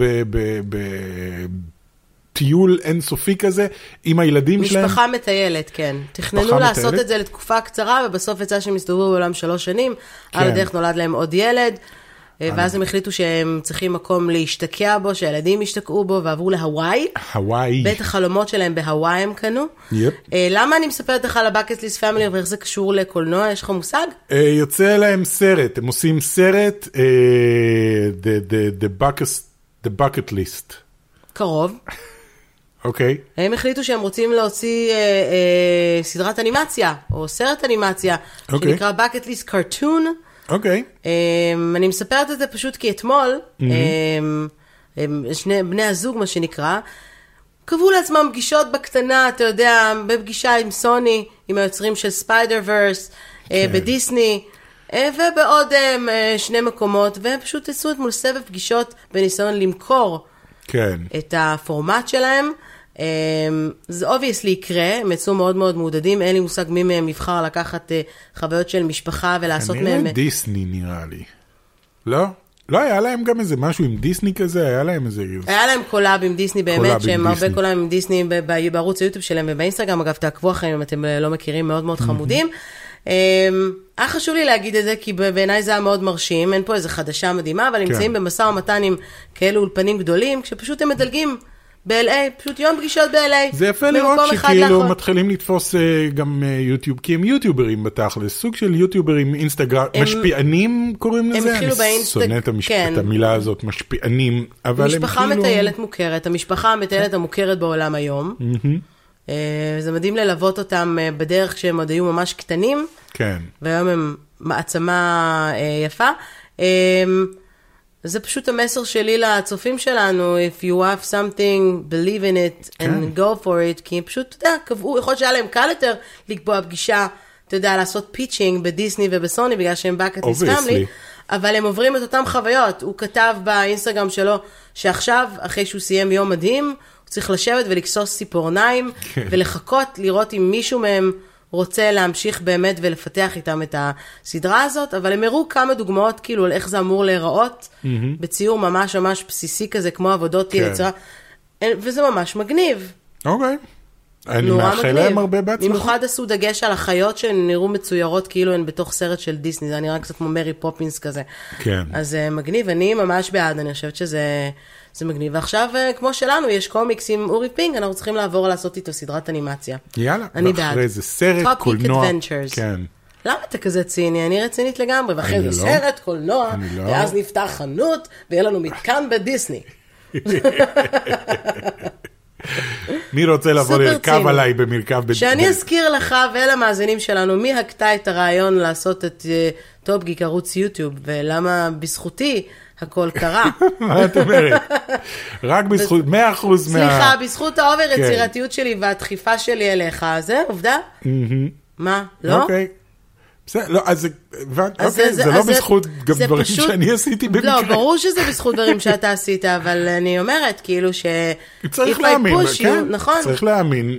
B: טיול אינסופי כזה, עם הילדים שלהם.
A: משפחה מטיילת, כן. תכננו לעשות את זה לתקופה קצרה, ובסוף יצא שהם הסתובבו בעולם 3 שנים, על הדרך נולד להם עוד ילד, ואז הם החליטו שהם צריכים מקום להשתקע בו, שהילדים ישתקעו בו, ועברו להוואי.
B: הוואי.
A: בית החלומות שלהם בהוואי הם קנו. למה אני מספרת לך על ה-Bucket List Family, ואיך זה קשור לקולנוע? יש לך מושג?
B: יוצא להם סרט, הם עושים סרט, The Bucket List.
A: קרוב.
B: אוקיי.
A: הם החליטו שהם רוצים להוציא סדרת אנימציה, או סרט אנימציה, שנקרא Bucket List Cartoon.
B: אוקיי.
A: אני מספרת את זה פשוט כי אתמול, שני בני הזוג, מה שנקרא, קבעו לעצמם פגישות בקטנה, אתה יודע, בפגישה עם סוני, עם היוצרים של ספיידר-ורס, בדיסני, ובעוד 2 מקומות, והם פשוט עשו את מול סבב פגישות בניסיון למכור את הפורמט שלהם. זה obviously יקרה, הם יצאו מאוד מאוד מעודדים, אין לי מושג מי מהם יבחר לקחת חוויות של משפחה ולעשות מהם...
B: אני דיסני נראה לי. לא? לא, היה להם גם איזה משהו עם דיסני כזה, היה להם איזה...
A: היה להם קולאב עם דיסני באמת, שהם הרבה קולאב עם דיסני בערוץ היוטיוב שלהם ובאינסטגרם, אגב, תעקבו אחריהם אם אתם לא מכירים, מאוד מאוד חמודים. היה חשוב לי להגיד את זה, כי בעיניי זה היה מאוד מרשים, אין פה איזו חדשה מדהימה, אבל נמצאים במשא ומתן עם כאלו אולפנים גדולים, כשפשוט הם מדלגים ב-LA, פשוט יום פגישות ב-LA.
B: זה יפה לראות שכאילו מתחילים לתפוס גם יוטיוב, כי הם יוטיוברים בתכלס, סוג של יוטיוברים, אינסטגרם, משפיענים קוראים לזה?
A: הם התחילו
B: באינסטגרם. אני שונא את המילה הזאת, משפיענים, אבל הם
A: משפחה מטיילת מוכרת, המשפחה המטיילת המוכרת בעולם היום. זה מדהים ללוות אותם בדרך כשהם עוד היו ממש קטנים.
B: כן.
A: והיום הם מעצמה יפה. זה פשוט המסר שלי לצופים שלנו, if you have something, believe in it and go for it, כי פשוט, אתה יודע, קבעו, יכול להיות שהיה להם קל יותר לקבוע פגישה, אתה יודע, לעשות פיצ'ינג בדיסני ובסוני, בגלל שהם בקטיס פאמלי, אבל הם עוברים את אותם חוויות. הוא כתב באינסטגרם שלו, שעכשיו, אחרי שהוא סיים יום מדהים, הוא צריך לשבת ולקסוס ציפורניים, ולחכות לראות אם מישהו מהם רוצה להמשיך באמת ולפתח איתם את הסדרה הזאת, אבל הם הראו כמה דוגמאות כאילו על איך זה אמור להיראות, בציור ממש ממש בסיסי כזה, כמו עבודות יצירה, וזה ממש מגניב.
B: אוקיי. אני מאחל להם הרבה בהצלחה.
A: במיוחד עשו דגש על החיות שנראו מצוירות כאילו הן בתוך סרט של דיסני, זה נראה קצת כמו מרי פופינס כזה.
B: כן.
A: אז מגניב, אני ממש בעד, אני חושבת שזה מגניב. ועכשיו, כמו שלנו, יש קומיקס עם אורי פינג, אנחנו צריכים לעבור לעשות איתו סדרת אנימציה.
B: יאללה, ואחרי זה סרט, קולנוע. כן.
A: למה אתה כזה ציני? אני רצינית לגמרי, ואחרי זה סרט, קולנוע, ואז נפתח חנות, ויהיה לנו מתקן בדיסני.
B: מי רוצה לבוא לרכב עליי במרכב?
A: שאני אזכיר לך ולמאזינים שלנו, מי הקטע את הרעיון לעשות את טופ גיק ערוץ יוטיוב, ולמה בזכותי הכל קרה.
B: מה את אומרת? רק בזכות, 100%
A: סליחה, בזכות האובר יצירתיות שלי והדחיפה שלי אליך, זה עובדה? מה? לא?
B: אוקיי. לא, אז זה לא בזכות גם דברים שאני עשיתי במקרה.
A: לא, ברור שזה בזכות דברים שאתה עשית, אבל אני אומרת, כאילו ש...
B: צריך להאמין, כן? צריך להאמין,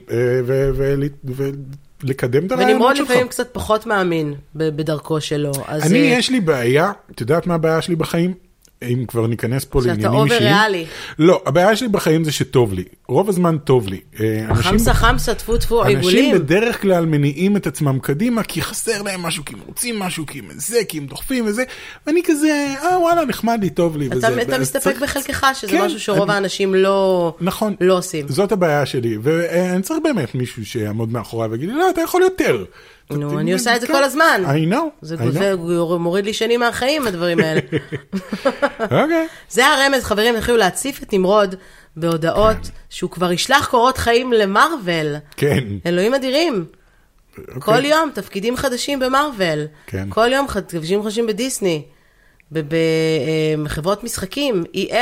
B: ולקדם את הרעיונות
A: ונמרוד
B: שלך.
A: לפעמים קצת פחות מאמין בדרכו שלו.
B: יש לי בעיה, את יודעת מה הבעיה שלי בחיים? אם כבר ניכנס פה לעניינים אישיים.
A: שאתה אובר ריאלי.
B: לא, הבעיה שלי בחיים זה שטוב לי. רוב הזמן טוב לי.
A: חמסה, טפו, טפו, עיגולים.
B: אנשים בדרך כלל מניעים את עצמם קדימה, כי חסר להם משהו, כי הם רוצים משהו, כי הם זה, כי הם דוחפים וזה, ואני כזה, וואלה, נחמד לי, טוב לי.
A: אתה מסתפק בחלקך, שזה משהו שרוב האנשים לא עושים.
B: זאת הבעיה שלי, ואני צריך באמת מישהו שיעמוד מאחורי ויגיד לי, לא, אתה יכול יותר.
A: נו, אני עושה את זה כל הזמן.
B: I know.
A: זה מוריד לי שנים מהחיים, הדברים האלה.
B: אוקיי.
A: זה הרמז, חברים, התחילו להציף את נמרוד בהודעות שהוא כבר ישלח קורות חיים למרוול.
B: כן.
A: אלוהים אדירים. כל יום תפקידים חדשים במרוול.
B: כן.
A: כל יום תפקידים חדשים בדיסני. בחברות משחקים, EA.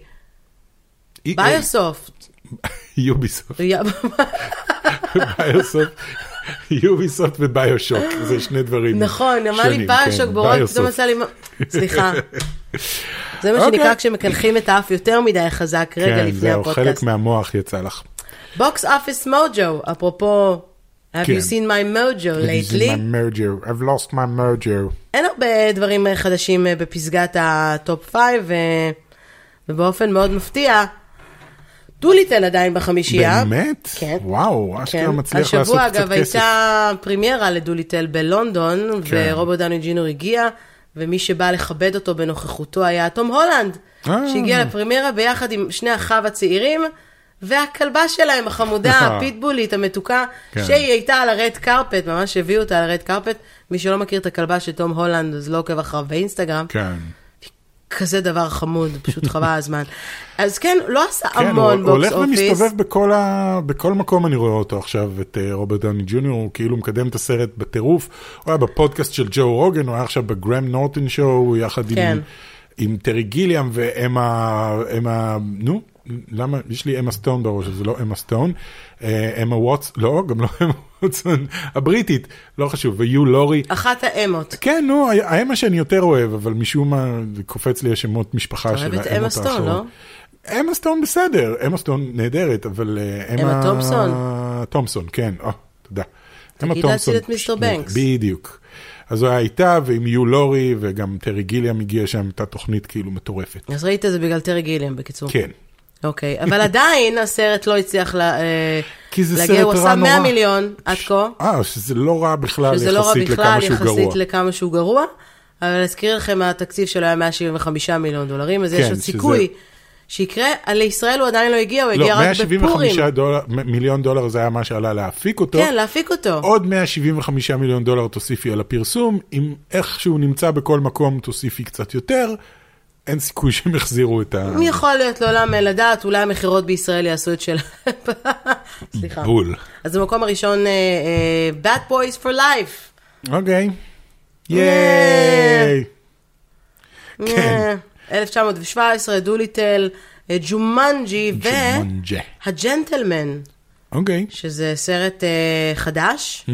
A: ביוסופט.
B: יוביסופט. ביוסופט. יוביסופט וביושוק, זה שני דברים שונים.
A: נכון, אמר לי ביושוק בורות, זה מצא לי... סליחה. זה מה שנקרא כשמקלחים את האף יותר מדי חזק רגע לפני הפודקאסט.
B: כן, זהו, חלק מהמוח יצא לך.
A: בוקס אופיס מוג'ו, אפרופו, have you seen my mojo lately?
B: Have you seen my mojo? I've lost my mojo.
A: אין הרבה דברים חדשים בפסגת הטופ 5, ובאופן מאוד מפתיע, דוליטל עדיין בחמישייה.
B: באמת?
A: כן.
B: וואו, אשכרה מצליח לעשות קצת כסף.
A: השבוע אגב הייתה פרימיירה לדוליטל בלונדון, ורוברט דאוני ג'וניור הגיע, ומי שבא לכבד אותו בנוכחותו היה תום הולנד, שהגיע לפרימיירה ביחד עם שני אחיו הצעירים, והכלבה שלהם, החמודה, הפיטבולית, המתוקה, שהיא הייתה על הרד קרפט, ממש הביאו אותה על הרד קרפט. מי שלא מכיר את הכלבה של תום הולנד, אז לא עוקב אחריו באינסטגרם.
B: כן.
A: כזה דבר חמוד, פשוט חווה הזמן. אז כן, לא עשה המון בוקס אופיס.
B: הוא הולך ומסתובב בכל מקום, אני רואה אותו עכשיו, את רוברט דאוני ג'וניור, הוא כאילו מקדם את הסרט בטירוף, הוא היה בפודקאסט של ג'ו רוגן, הוא היה עכשיו בגרם נורטון שואו, יחד עם טרי גיליאם ואמה, נו, למה? יש לי אמה סטון בראש, זה לא אמה סטון, אמה ווטס, לא, גם לא אמה ווטסון, הבריטית, לא חשוב, ויו לורי.
A: אחת האמות.
B: כן, נו, האמה שאני יותר אוהב, אבל משום מה, קופץ לי השמות משפחה של האמות האחרות.
A: אמה סטון, לא?
B: אמה סטון בסדר, אמה סטון נהדרת, אבל
A: אמה תומפסון.
B: תומפסון, כן, תודה.
A: תגיד להציל את מיסטר בנקס.
B: בדיוק. אז הוא היה איתה, ועם יו לורי, וגם טרי גיליאם הגיע שם, הייתה תוכנית כאילו מטורפת.
A: אז ראית את זה בגלל טרי גיליאם, בקיצור.
B: כן.
A: אוקיי, אבל עדיין הסרט לא הצליח
B: להגיע,
A: הוא עשה 100 מיליון עד כה.
B: שזה לא רע בכלל
A: שזה לא רע בכלל יחסית
B: לכמה
A: שהוא גרוע, אבל אזכיר לכם, התקציב שלו היה 175 מיליון דולרים, אז יש עוד סיכוי שיקרה, לישראל הוא עדיין לא הגיע, הוא הגיע רק בפורים.
B: 175 מיליון דולר זה היה מה שעלה להפיק אותו.
A: כן, להפיק אותו.
B: עוד 175 מיליון דולר תוסיפי על הפרסום, אם איכשהו נמצא בכל מקום תוסיפי קצת יותר, אין סיכוי שהם יחזירו את ה...
A: מי יכול להיות לעולם לדעת, אולי המחירות בישראל יעשו את של... סליחה.
B: בול.
A: אז במקום הראשון, Bad Boys for Life.
B: אוקיי. ייי.
A: כן. 1917, דוליטל, ג'ומנג'י והג'נטלמן.
B: אוקיי.
A: שזה סרט חדש.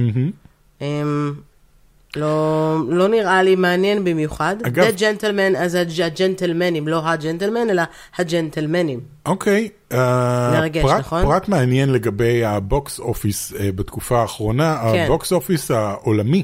A: לא נראה לי מעניין במיוחד. The Gentleman, אז הג'נטלמנים, לא הג'נטלמן, אלא הג'נטלמנים.
B: אוקיי.
A: מרגש, נכון?
B: פרט מעניין לגבי הבוקס אופיס בתקופה האחרונה, הבוקס אופיס העולמי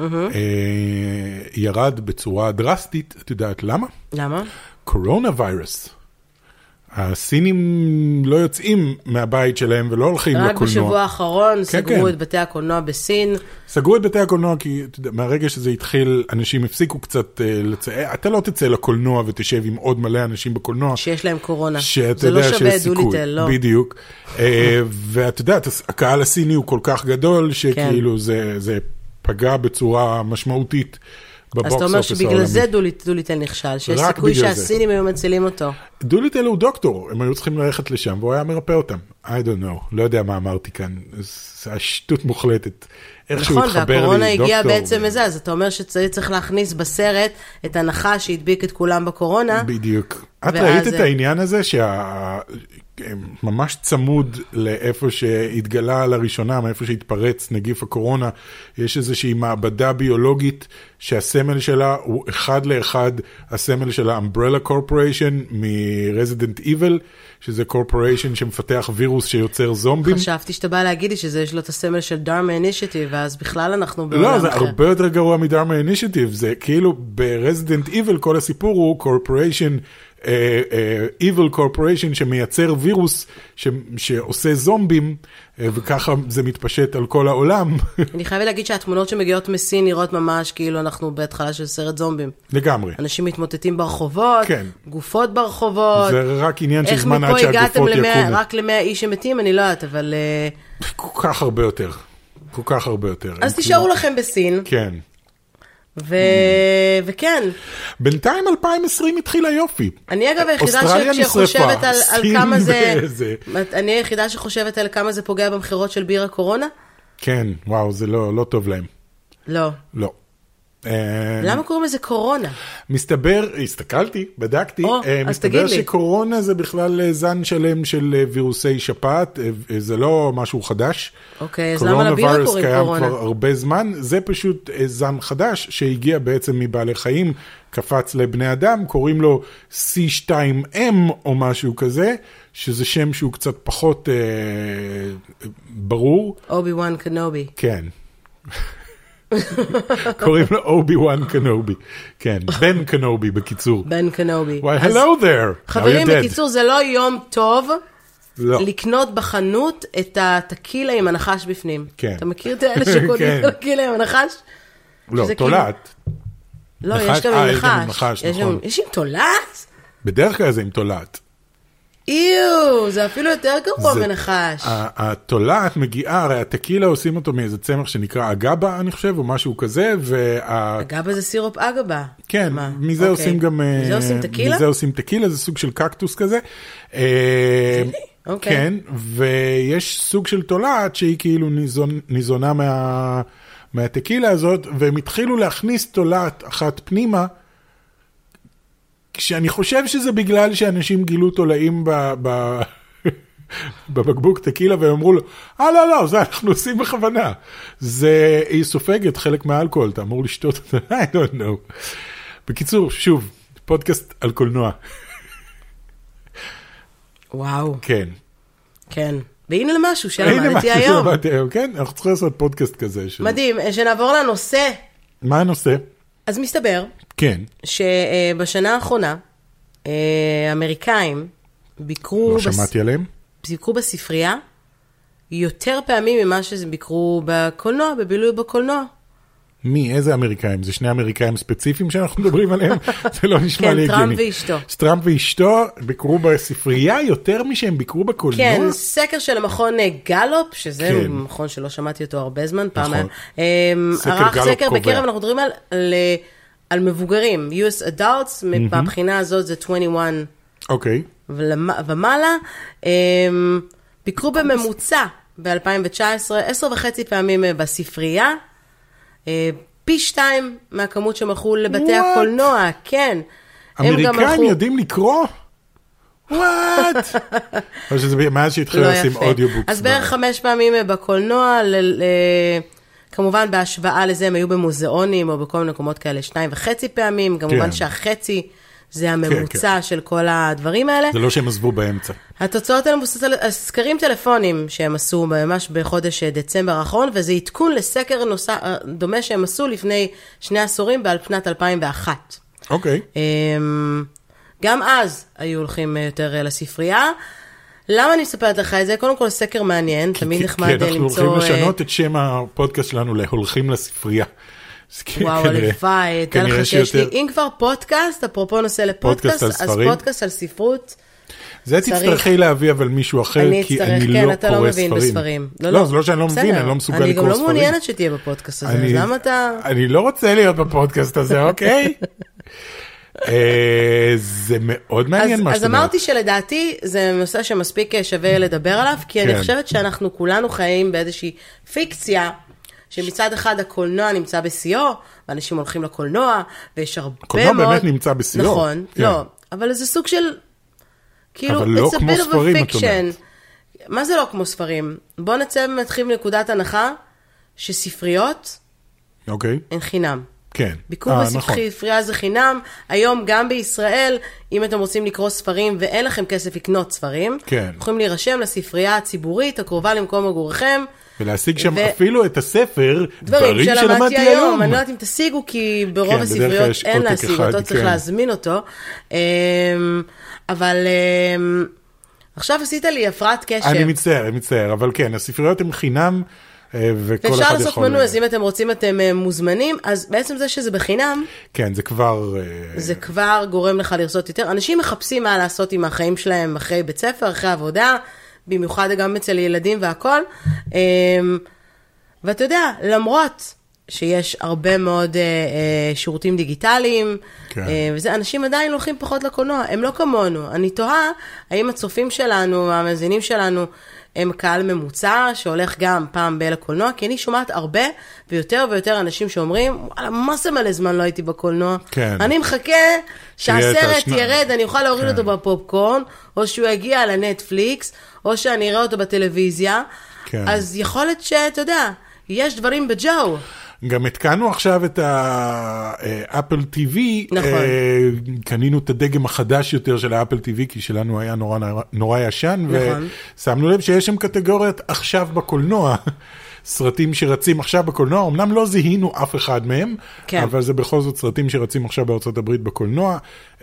B: ירד בצורה דרסטית, את יודעת למה?
A: למה?
B: קורונה וירוס. הסינים לא יוצאים מהבית שלהם ולא הולכים לקולנוע.
A: רק בשבוע האחרון סגרו את בתי הקולנוע בסין.
B: סגרו את בתי הקולנוע כי מהרגע שזה התחיל, אנשים הפסיקו קצת לצא. אתה לא תצא לקולנוע ותשב עם עוד מלא אנשים בקולנוע.
A: שיש להם קורונה.
B: זה לא שווה דוליטל, לא. בדיוק. ואת יודעת, הקהל הסיני הוא כל כך גדול שכאילו זה פגע בצורה משמעותית.
A: אז אתה אומר שבגלל זה דוליטל נכשל, שיש סיכוי שהסינים היו מצילים אותו.
B: דוליטל הוא דוקטור, הם היו צריכים ללכת לשם, והוא היה מרפא אותם. I don't know, לא יודע מה אמרתי כאן, זה השטות מוחלטת.
A: נכון, והקורונה הגיעה בעצם מזה, אז אתה אומר שצריך להכניס בסרט את הנחה שהדביק את כולם בקורונה.
B: בדיוק. את ראית את העניין הזה ממש צמוד לאיפה שהתגלה לראשונה, מאיפה שהתפרץ נגיף הקורונה, יש איזושהי מעבדה ביולוגית שהסמל שלה הוא אחד לאחד הסמל של ה-Umbrella Corporation מ-Resident Evil, שזה קורפוריישן שמפתח וירוס שיוצר זומבים.
A: חשבתי שאתה בא להגיד לי שיש לו את הסמל של Dharma Initiative, ואז בכלל אנחנו בעולם אחר.
B: לא, זה הרבה יותר גרוע מ-Dharma Initiative, זה כאילו ב-Resident Evil כל הסיפור הוא קורפוריישן, evil corporation שמייצר וירוס שעושה זומבים, וככה זה מתפשט על כל העולם.
A: אני חייבת להגיד שהתמונות שמגיעות מסין נראות ממש כאילו אנחנו בהתחלה של סרט זומבים.
B: לגמרי.
A: אנשים מתמוטטים ברחובות, גופות ברחובות.
B: זה רק עניין של זמן עד שהגופות יקומו.
A: רק ל100 איש שמתים, אני לא יודעת, אבל...
B: כל כך הרבה יותר. כל כך הרבה יותר.
A: אז תישארו לכם בסין.
B: כן.
A: וכן.
B: בינתיים 2020 התחילה יופי.
A: אני אגב היחידה שחושבת על כמה זה... אני היחידה שחושבת על כמה זה פוגע במחירות של בירה קורונה?
B: כן, וואו, זה לא טוב להם.
A: לא.
B: לא.
A: למה קוראים לזה קורונה?
B: מסתבר, הסתכלתי, בדקתי, מסתבר שקורונה זה בכלל זן שלם של וירוסי שפעת, זה לא משהו חדש.
A: אוקיי, אז למה לבירה קוראים קורונה?
B: קיים כבר הרבה זמן, זה פשוט זן חדש שהגיע בעצם מבעלי חיים, קפץ לבני אדם, קוראים לו C2M או משהו כזה, שזה שם שהוא קצת פחות ברור.
A: אובי-וואן קנובי.
B: כן. קוראים לו אובי-וואן קנובי. כן, בן קנובי בקיצור.
A: בן קנובי.
B: Why, hello there.
A: חברים, בקיצור, זה לא יום טוב לקנות בחנות את הטקילה עם הנחש בפנים.
B: כן.
A: אתה מכיר את האלה שקונים טקילה עם הנחש?
B: לא, תולעת.
A: לא, יש גם עם נחש. יש עם תולעת?
B: בדרך כלל זה עם תולעת.
A: איו, זה אפילו יותר גרוע מנחש.
B: התולעת מגיעה, הרי הטקילה עושים אותו מאיזה צמח שנקרא אגבה, אני חושב, או משהו כזה,
A: אגבה זה סירופ אגבה.
B: כן, מזה עושים גם...
A: מזה עושים טקילה?
B: מזה עושים טקילה, זה סוג של קקטוס כזה. כן, ויש סוג של תולעת שהיא כאילו ניזונה מהטקילה הזאת, והם התחילו להכניס תולעת אחת פנימה, כשאני חושב שזה בגלל שאנשים גילו תולעים בבקבוק טקילה, והם אמרו לו, לא, זה אנחנו עושים בכוונה. היא סופגת חלק מהאלכוהול, אתה אמור לשתות את זה, I don't know. בקיצור, שוב, פודקאסט על קולנוע.
A: וואו.
B: כן.
A: כן. והנה למשהו שלמדתי היום.
B: כן, אנחנו צריכים לעשות פודקאסט כזה.
A: מדהים, שנעבור לנושא
B: מה הנושא?
A: אז מסתבר,
B: כן.
A: שבשנה האחרונה, האמריקאים ביקרו...
B: לא שמעתי עליהם.
A: ביקרו בספרייה יותר פעמים ממה שזה ביקרו בקולנוע, בבילוי בקולנוע.
B: מי? איזה אמריקאים? זה שני אמריקאים ספציפיים שאנחנו מדברים עליהם? זה לא נשמע לי הגיוני.
A: כן, טראמפ ואשתו.
B: טראמפ ואשתו ביקרו בספרייה יותר משהם ביקרו בקולנוע?
A: כן, סקר של המכון גלופ, שזה
B: כן.
A: מכון שלא שמעתי אותו הרבה זמן,
B: נכון.
A: ערך סקר בקרב, אנחנו מדברים על מבוגרים, US adults, מהבחינה הזאת זה 21
B: אוקיי.
A: ומעלה, ביקרו בממוצע ב-2019, 10.5 פעמים בספרייה, פי 2 מהכמות שהם הלכו לבתי הקולנוע, כן.
B: אמריקאים יודעים לקרוא? וואט? או שזה מאז שהתחילו לשים אודיובוקס.
A: אז בערך 5 פעמים בקולנוע, כמובן בהשוואה לזה הם היו במוזיאונים או בכל מיני מקומות כאלה 2.5 פעמים, כמובן שהחצי זה הממוצע של כל הדברים האלה.
B: זה לא שהם עזבו באמצע. התוצאות
A: האלה מבוססות על סקרים טלפונים שהם עשו ממש בחודש דצמבר האחרון, וזה עדכון לסקר דומה שהם עשו לפני 2 עשורים בשנת 2001.
B: אוקיי.
A: גם אז היו הולכים יותר לספרייה. למה אני מספרת לך את זה? קודם כל סקר מעניין, תמיד נחמד למצוא...
B: כי אנחנו הולכים לשנות את שם הפודקאסט שלנו להולכים לספרייה.
A: וואו, הלוואי, תן לך שיש לי, אם כבר פודקאסט, אפרופו נושא לפודקאסט, אז פודקאסט על ספרות.
B: זה תצטרכי להביא אבל מישהו אחר, כי אני לא קורא ספרים.
A: אתה לא מבין בספרים.
B: לא, זה לא שאני לא מבין, אני לא מסוגל לקרוא ספרים.
A: אני גם לא מעוניינת שתהיה בפודקאסט הזה, אז למה אתה...
B: אני לא רוצה להיות בפודקאסט הזה, אוקיי? זה מאוד מעניין מה שאתה אומר.
A: אז אמרתי שלדעתי זה נושא שמספיק שווה לדבר עליו, כי אני חושבת שאנחנו כולנו חיים באיזושהי פיקציה, שמצד אחד הקולנוע נמצא בשיאו, ואנשים הולכים לקולנוע, ויש הרבה מאוד...
B: קולנוע באמת נמצא בשיאו.
A: נכון, לא, אבל זה סוג של... כאילו,
B: אבל לא כמו ספרים, את אומרת.
A: מה זה לא כמו ספרים? בוא נצא ומתחיל מנקודת הנחה, שספריות הן חינם.
B: כן.
A: ביקור בספרייה זה חינם. היום גם בישראל, אם אתם רוצים לקרוא ספרים ואין לכם כסף לקנות ספרים, יכולים להירשם לספרייה הציבורית הקרובה למקום מגורכם.
B: ולהשיג שם אפילו את הספר, דברים שלמדתי היום.
A: אני לא יודעת אם תשיגו, כי ברוב הספריות אין להשיג אותו, צריך להזמין אותו. אבל עכשיו עשית לי הפרעת קשב.
B: אני מצטער, אבל כן, הספריות הן חינם, וכל אחד יכול...
A: ואפשר לעשות מנוי, אז אם אתם רוצים, אתם מוזמנים, אז בעצם זה שזה בחינם,
B: כן, זה כבר...
A: זה כבר גורם לך לרצות יותר. אנשים מחפשים מה לעשות עם החיים שלהם, אחרי בית ספר, אחרי עבודה, במיוחד גם אצל ילדים והכל. ואתה יודע, למרות שיש הרבה מאוד שירותים דיגיטליים, וזה, אנשים עדיין הולכים פחות לקולנוע, הם לא כמונו. אני תוהה, האם הצופים שלנו, המאזינים שלנו, הם קהל ממוצע שהולך גם פעם לקולנוע, כי אני שומעת הרבה ויותר ויותר אנשים שאומרים, וואלה, מה זה מלא זמן לא הייתי בקולנוע?
B: כן.
A: אני מחכה שהסרט ירד, אני אוכל להוריד אותו בפופקורן, או שהוא יגיע לנטפליקס, או שאני אראה אותו בטלוויזיה.
B: כן.
A: אז יכול להיות שאתה יודע, יש דברים בג'או.
B: גם התקנו עכשיו את האפל TV,
A: נכון.
B: קנינו את הדגם החדש יותר של האפל TV, כי שלנו היה נורא ישן,
A: נכון.
B: ושמנו לב שיש שם קטגוריית עכשיו בקולנוע, סרטים שרצים עכשיו בקולנוע, אמנם לא זיהינו אף אחד מהם,
A: כן. אבל
B: זה בכל זאת סרטים שרצים עכשיו בארצות הברית בקולנוע,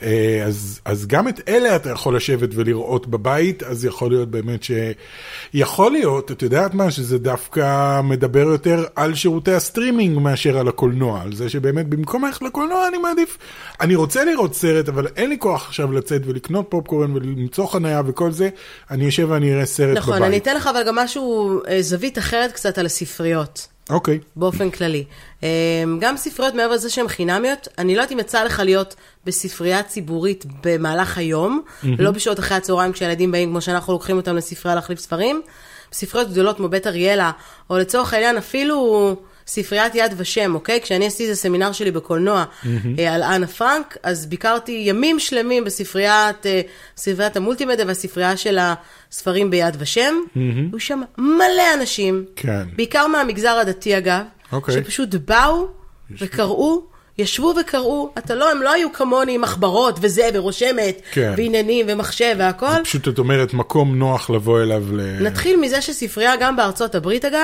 B: אז גם את אלה אתה יכול לשבת ולראות בבית, אז יכול להיות באמת יכול להיות, את יודעת מה, שזה דווקא מדבר יותר על שירותי הסטרימינג מאשר על הקולנוע, על זה שבאמת במקום ללכת לקולנוע אני מעדיף, אני רוצה לראות סרט, אבל אין לי כוח עכשיו לצאת ולקנות פופקורן ולמצוא חניה וכל זה, אני יושב ואני אראה סרט
A: נכון,
B: בבית.
A: אני אתן לך אבל גם משהו, זווית אחרת קצת על הספריות.
B: אוקיי.
A: באופן כללי. גם ספריות מעבר לזה שהן חינמיות, אני לא יודעת אם יצא לך להיות בספרייה ציבורית במהלך היום, לא בשעות אחרי הצהריים כשהילדים באים, כמו שאנחנו לוקחים אותם לספרייה להחליף ספרים, בספריות גדולות כמו בית אריאלה, או לצורך העניין אפילו ספריית יד ושם, אוקיי? כשאני עשיתי את הסמינר שלי בקולנוע על אנה פרנק, אז ביקרתי ימים שלמים בספריית המולטימדיה והספרייה של הספרים ביד ושם, היו שם מלא אנשים, בעיקר מהמגזר הדתי אגב, שפשוט באו וקראו, ישבו וקראו, הם לא היו כמוני עם מחברות וזה ורושמת, ועניינים ומחשב והכל.
B: פשוט את אומרת מקום נוח לבוא אליו.
A: נתחיל מזה שספרייה גם בארצות הברית אגב,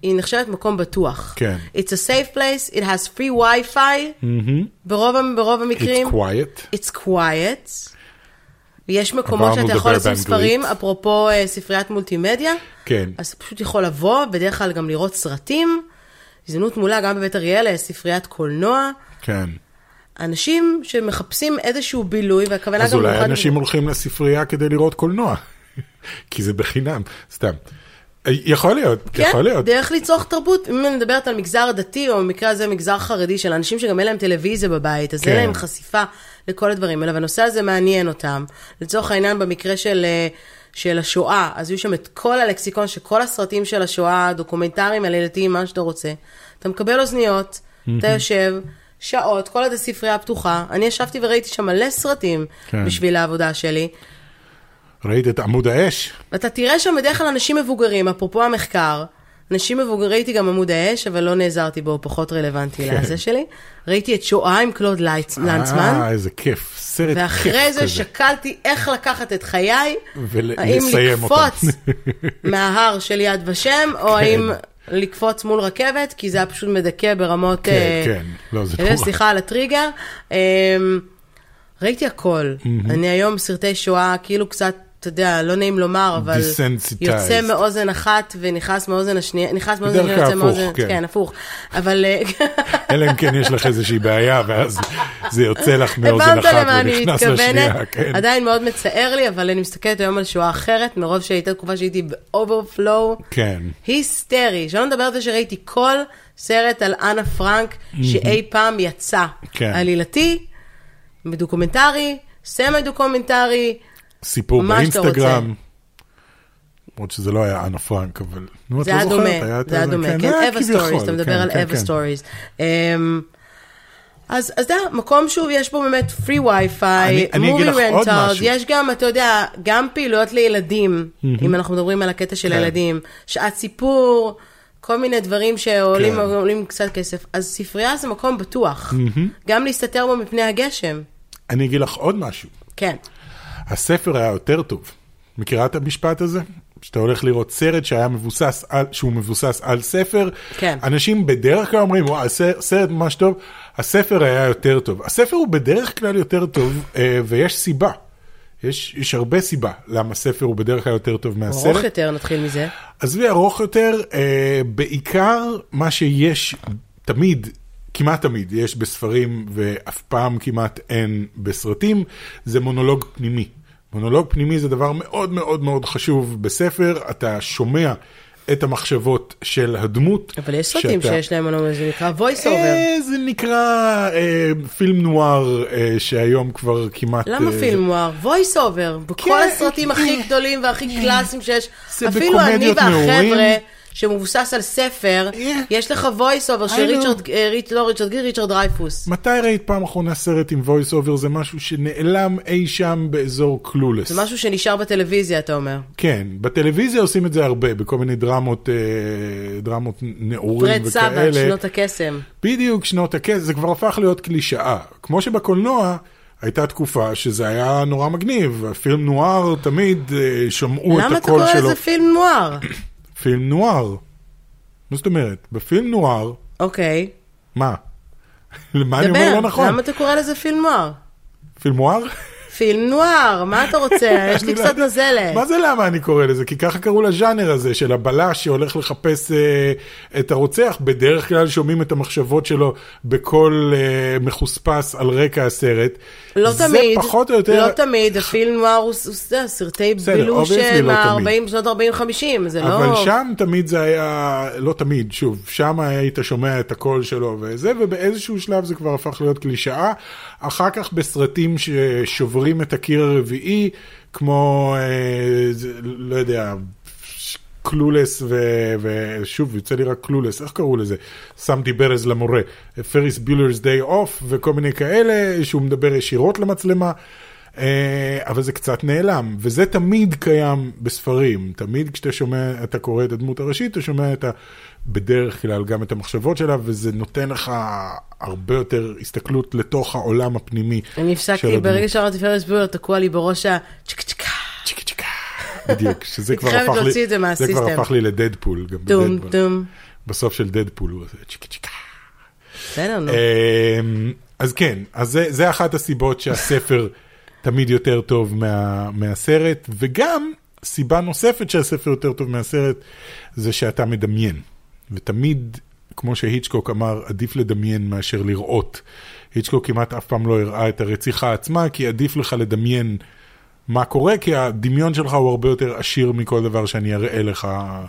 A: היא נחשבת מקום בטוח.
B: כן.
A: It's a safe place, it has free Wi-Fi, ברוב המקרים.
B: It's quiet.
A: It's quiet. ויש מקומות שאתה יכול לשים ספרים, אפרופו ספריית מולטימדיה.
B: כן.
A: אז פשוט יכול לבוא, בדרך כלל גם לראות סרטים. הזדמנות מולה גם בבית אריאלה, ספריית קולנוע.
B: כן.
A: אנשים שמחפשים איזשהו בילוי, והכוונה
B: אז אולי אנשים הולכים לספרייה כדי לראות קולנוע. כי זה בחינם, סתם. יכול להיות, יכול להיות.
A: דרך לצרוך תרבות, אם אני מדברת על מגזר דתי, או במקרה הזה מגזר חרדי, של אנשים שגם אין להם טלוויזיה בבית, אז אין להם חשיפה לכל הדברים האלה, והנושא הזה מעניין אותם. לצורך העניין, במקרה של השואה, אז היו שם את כל הלקסיקון, שכל הסרטים של השואה, דוקומנטריים, עלילתיים, מה שאתה רוצה. אתה מקבל אוזניות, אתה יושב, שעות, כל עד הספרייה הפתוחה. אני ישבתי וראיתי שם מלא סרטים בשביל העבודה שלי.
B: ראית את עמוד האש?
A: ואתה תראה שם בדרך כלל אנשים מבוגרים, אפרופו המחקר, אנשים מבוגרים, ראיתי גם עמוד האש, אבל לא נעזרתי בו, פחות רלוונטי לזה שלי. ראיתי את שואה עם קלוד לנצמן.
B: איזה כיף, סרט כיף כזה.
A: ואחרי זה שקלתי איך לקחת את חיי, האם
B: ולסיים אותם.
A: לקפוץ מההר של יד ושם, או האם לקפוץ מול רכבת, כי זה היה פשוט מדכא ברמות...
B: כן, לא, זה נורא.
A: סליחה על הטריגר. ראיתי הכל. אני היום סרטי שואה, כאילו קצת, אתה יודע, לא נעים לומר, אבל יוצא מאוזן אחת ונכנס מאוזן השנייה, נכנס מאוזן השנייה, יוצא מאוזן, כן, הפוך. אבל...
B: אלא אם כן יש לך איזושהי בעיה, ואז זה יוצא לך מאוזן אחת ונכנס לשנייה.
A: עדיין מאוד מצער לי, אבל אני מסתכלת היום על שואה אחרת, מרוב שהייתה תקופה שהייתי באוברפלואו.
B: כן.
A: היסטרי. שלא נדבר על זה שראיתי כל סרט על אנה פרנק, שאי פעם יצא. עלילתי, בדוקומנטרי, סמי דוקומנטרי,
B: סיפור באינסטגרם, עוד שזה לא היה אנה פרנק, אבל...
A: זה היה דומה, זה היה דומה, כן, אבה סטוריז, אתה מדבר על אבה סטוריז. אז זה מקום שוב, יש בו באמת פרי וי-פיי, מובי רנטלס, יש גם, אתה יודע, גם פעילויות לילדים, אם אנחנו מדברים על הקטע של ילדים, שעת סיפור, כל מיני דברים שעולים קצת כסף, אז ספרייה זה מקום בטוח, גם להסתתר בו מפני הגשם.
B: אני אגיד לך עוד משהו.
A: כן.
B: הספר היה יותר טוב. מכירה את המשפט הזה? שאתה הולך לראות סרט שהוא מבוסס על ספר.
A: כן.
B: אנשים בדרך כלל אומרים, וואו, סרט ממש טוב. הספר היה יותר טוב. הספר הוא בדרך כלל יותר טוב, ויש סיבה. יש הרבה סיבה למה ספר הוא בדרך כלל יותר טוב מהסרט.
A: ארוך יותר, נתחיל מזה.
B: עזבי, ארוך יותר, בעיקר מה שיש תמיד, כמעט תמיד, יש בספרים ואף פעם כמעט אין בסרטים, זה מונולוג פנימי. מונולוג פנימי זה דבר מאוד מאוד מאוד חשוב בספר, אתה שומע את המחשבות של הדמות.
A: אבל יש סרטים שיש להם מונולוג, זה נקרא voice over.
B: זה נקרא פילם נואר, שהיום כבר כמעט...
A: למה פילם נואר? voice over. בכל הסרטים הכי גדולים והכי קלאסיים שיש, אפילו אני והחבר'ה, שמבוסס על ספר, יש לך voice over של ריצ'רד דרייפוס.
B: מתי ראית פעם אחרונה סרט עם voice over? זה משהו שנעלם אי שם באזור קלולס.
A: זה משהו שנשאר בטלוויזיה, אתה אומר.
B: כן, בטלוויזיה עושים את זה הרבה, בכל מיני דרמות נעורים וכאלה.
A: פרד סבא, שנות הקסם.
B: בדיוק, שנות הקסם, זה כבר הפך להיות קלישאה. כמו שבקולנוע הייתה תקופה שזה היה נורא מגניב, הפילם נואר תמיד שמעו את הקול שלו.
A: למה אתה קורא לזה פילם נואר?
B: פילם נואר. מה זאת אומרת? בפילם נואר...
A: אוקיי.
B: מה? למה אני אומר לא נכון?
A: למה אתה קורא לזה פילם נואר?
B: פילם נואר?
A: פילם נואר, מה אתה רוצה? יש לי קצת נזלת.
B: מה זה למה אני קורא לזה? כי ככה קראו לז'אנר הזה של הבלש שהולך לחפש את הרוצח. בדרך כלל שומעים את המחשבות שלו בכל מחוספס על רקע הסרט.
A: לא תמיד,
B: פחות או יותר...
A: לא תמיד, הפילם נואר הוא סרטי בילוש שנות 40-50, זה לא...
B: אבל שם תמיד זה היה, לא תמיד, שוב, שם היית שומע את הקול שלו וזה, ובאיזשהו שלב זה כבר הפך להיות קלישאה. אחר כך בסרטים ששוברים את הקיר הרביעי, כמו, לא יודע, קלולס, ושוב, יוצא לי רק קלולס, איך קראו לזה? שמתי ברז למורה, פריס בילרס דיי אוף, וכל מיני כאלה, שהוא מדבר ישירות למצלמה, אבל זה קצת נעלם, וזה תמיד קיים בספרים, תמיד כשאתה שומע, אתה קורא את הדמות הראשית, אתה שומע בדרך כלל גם את המחשבות שלה, וזה נותן לך הרבה יותר הסתכלות לתוך העולם הפנימי.
A: אני הפסקתי, ברגע שאמרתי פריס בילר, תקוע לי בראש צ'קה צ'קה.
B: צ'קה צ'קה. בדיוק, שזה כבר הפך לי לדדפול.
A: טום טום.
B: בסוף של דדפול, הוא עושה צ'יקה צ'יקה.
A: בסדר, נו.
B: אז כן, אז זה אחת הסיבות שהספר תמיד יותר טוב מהסרט, וגם סיבה נוספת שהספר יותר טוב מהסרט, זה שאתה מדמיין. ותמיד, כמו שהיצ'קוק אמר, עדיף לדמיין מאשר לראות. היצ'קוק כמעט אף פעם לא הראה את הרציחה עצמה, כי עדיף לך לדמיין מה קורה, כי הדמיון שלך הוא הרבה יותר עשיר מכל דבר שאני אראה לך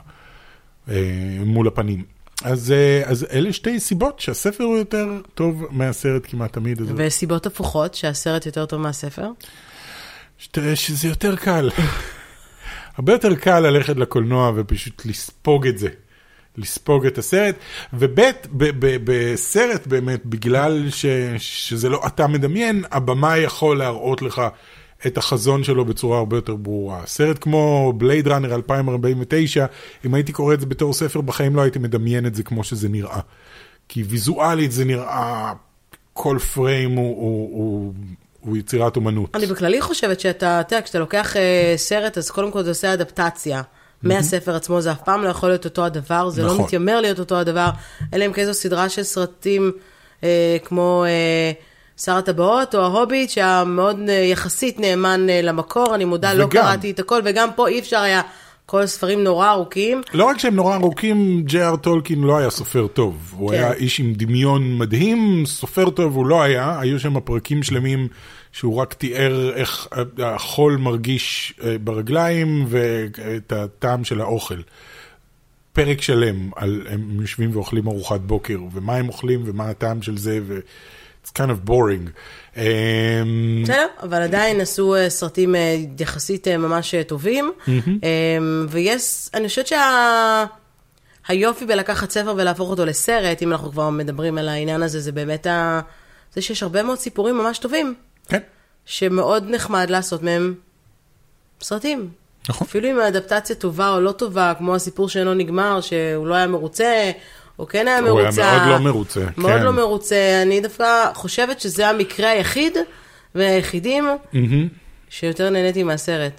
B: מול הפנים. אז אלה שתי סיבות שהספר הוא יותר טוב מהסרט כמעט תמיד.
A: וסיבות הפוכות שהסרט יותר טוב מהספר?
B: שזה יותר קל. הרבה יותר קל ללכת לקולנוע ופשוט לספוג את זה. לספוג את הסרט, ובית בסרט באמת, בגלל שזה לא אתה מדמיין, הבמה יכול להראות לך את החזון שלו בצורה הרבה יותר ברורה. סרט כמו בלייד ראנר 2049, אם הייתי קורא את זה בתור ספר, בחיים לא הייתי מדמיין את זה כמו שזה נראה. כי ויזואלית זה נראה, כל פריים הוא יצירת אומנות.
A: אני בכללי חושבת כשאתה לוקח סרט, אז קודם כל זה עושה אדפטציה. מהספר עצמו, זה אף פעם לא יכול להיות אותו הדבר, זה לא מתיימר להיות אותו הדבר, אלא אם כאיזו סדרה של סרטים כמו שר הטבעות או ההוביט, שהמאוד יחסית נאמן למקור, אני מודה, לא קראתי את הכל, וגם פה אי אפשר היה כל ספרים נורא ארוכים.
B: לא רק שהם נורא ארוכים, ג'י.אר טולקין לא היה סופר טוב, הוא היה איש עם דמיון מדהים, סופר טוב הוא לא היה, היו שם פרקים שלמים שהוא רק תיאר איך החול מרגיש ברגליים ואת הטעם של האוכל. פרק שלם, הם יושבים ואוכלים ארוחת בוקר, ומה הם אוכלים ומה הטעם של זה, it's kind of boring.
A: בסדר, אבל עדיין עשו סרטים יחסית ממש טובים, ויש, אני חושבת שהיופי בלקחת ספר ולהפוך אותו לסרט, אם אנחנו כבר מדברים על העניין הזה, זה באמת זה שיש הרבה מאוד סיפורים ממש טובים.
B: כן.
A: שמאוד נחמד לעשות מהם סרטים.
B: נכון.
A: אפילו אם האדפטציה טובה או לא טובה, כמו הסיפור שאינו נגמר, שהוא לא היה מרוצה, או כן היה מרוצה.
B: הוא היה מאוד לא מרוצה.
A: מאוד לא מרוצה. אני דווקא חושבת שזה המקרה היחיד, והיחידים, שיותר נהניתי מהסרט.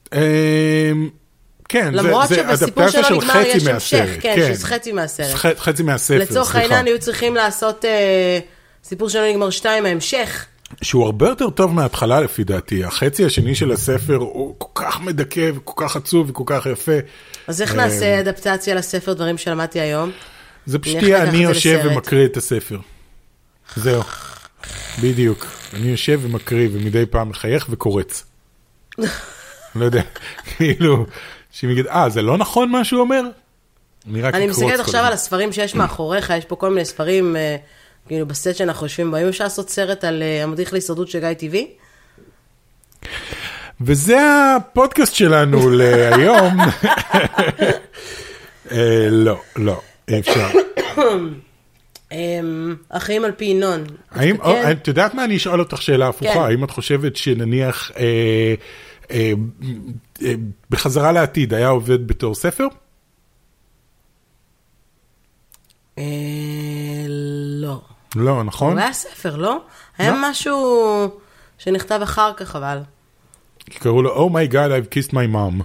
B: כן,
A: למרות שבסיפור שלא נגמר יש המשך,
B: כן,
A: שזה חצי מהסרט.
B: חצי מהספר,
A: לצורך העניין היו צריכים לעשות סיפור שלא נגמר 2, ההמשך.
B: שהוא הרבה יותר טוב מההתחלה לפי דעתי. החצי השני של הספר הוא כל כך מדכא וכל כך עצוב וכל כך יפה.
A: אז איך נעשה אדפטציה לספר, דברים שלמדתי היום?
B: זה פשוט אני יושב ומקריא את הספר. זהו. בדיוק. אני יושב ומקריא ומדי פעם מחייך וקורץ. לא יודע. כאילו, שמגיד, זה לא נכון מה שהוא אומר?
A: אני מסתכלת עכשיו על הספרים שיש מאחוריך, יש פה כל מיני ספרים, כאילו בסט שאנחנו חושבים, והיום אפשר לעשות סרט על המדריך להישרדות של גיא טבעי?
B: וזה הפודקאסט שלנו להיום. לא, אפשר.
A: החיים על פי ינון.
B: את יודעת מה? אני אשאל אותך שאלה הפוכה. האם את חושבת שנניח בחזרה לעתיד היה עובד בתור ספר?
A: לא.
B: לא, נכון?
A: הוא היה ספר, לא? היה משהו שנכתב אחר כך, אבל.
B: קראו לו, Oh my God, I've kissed my mom.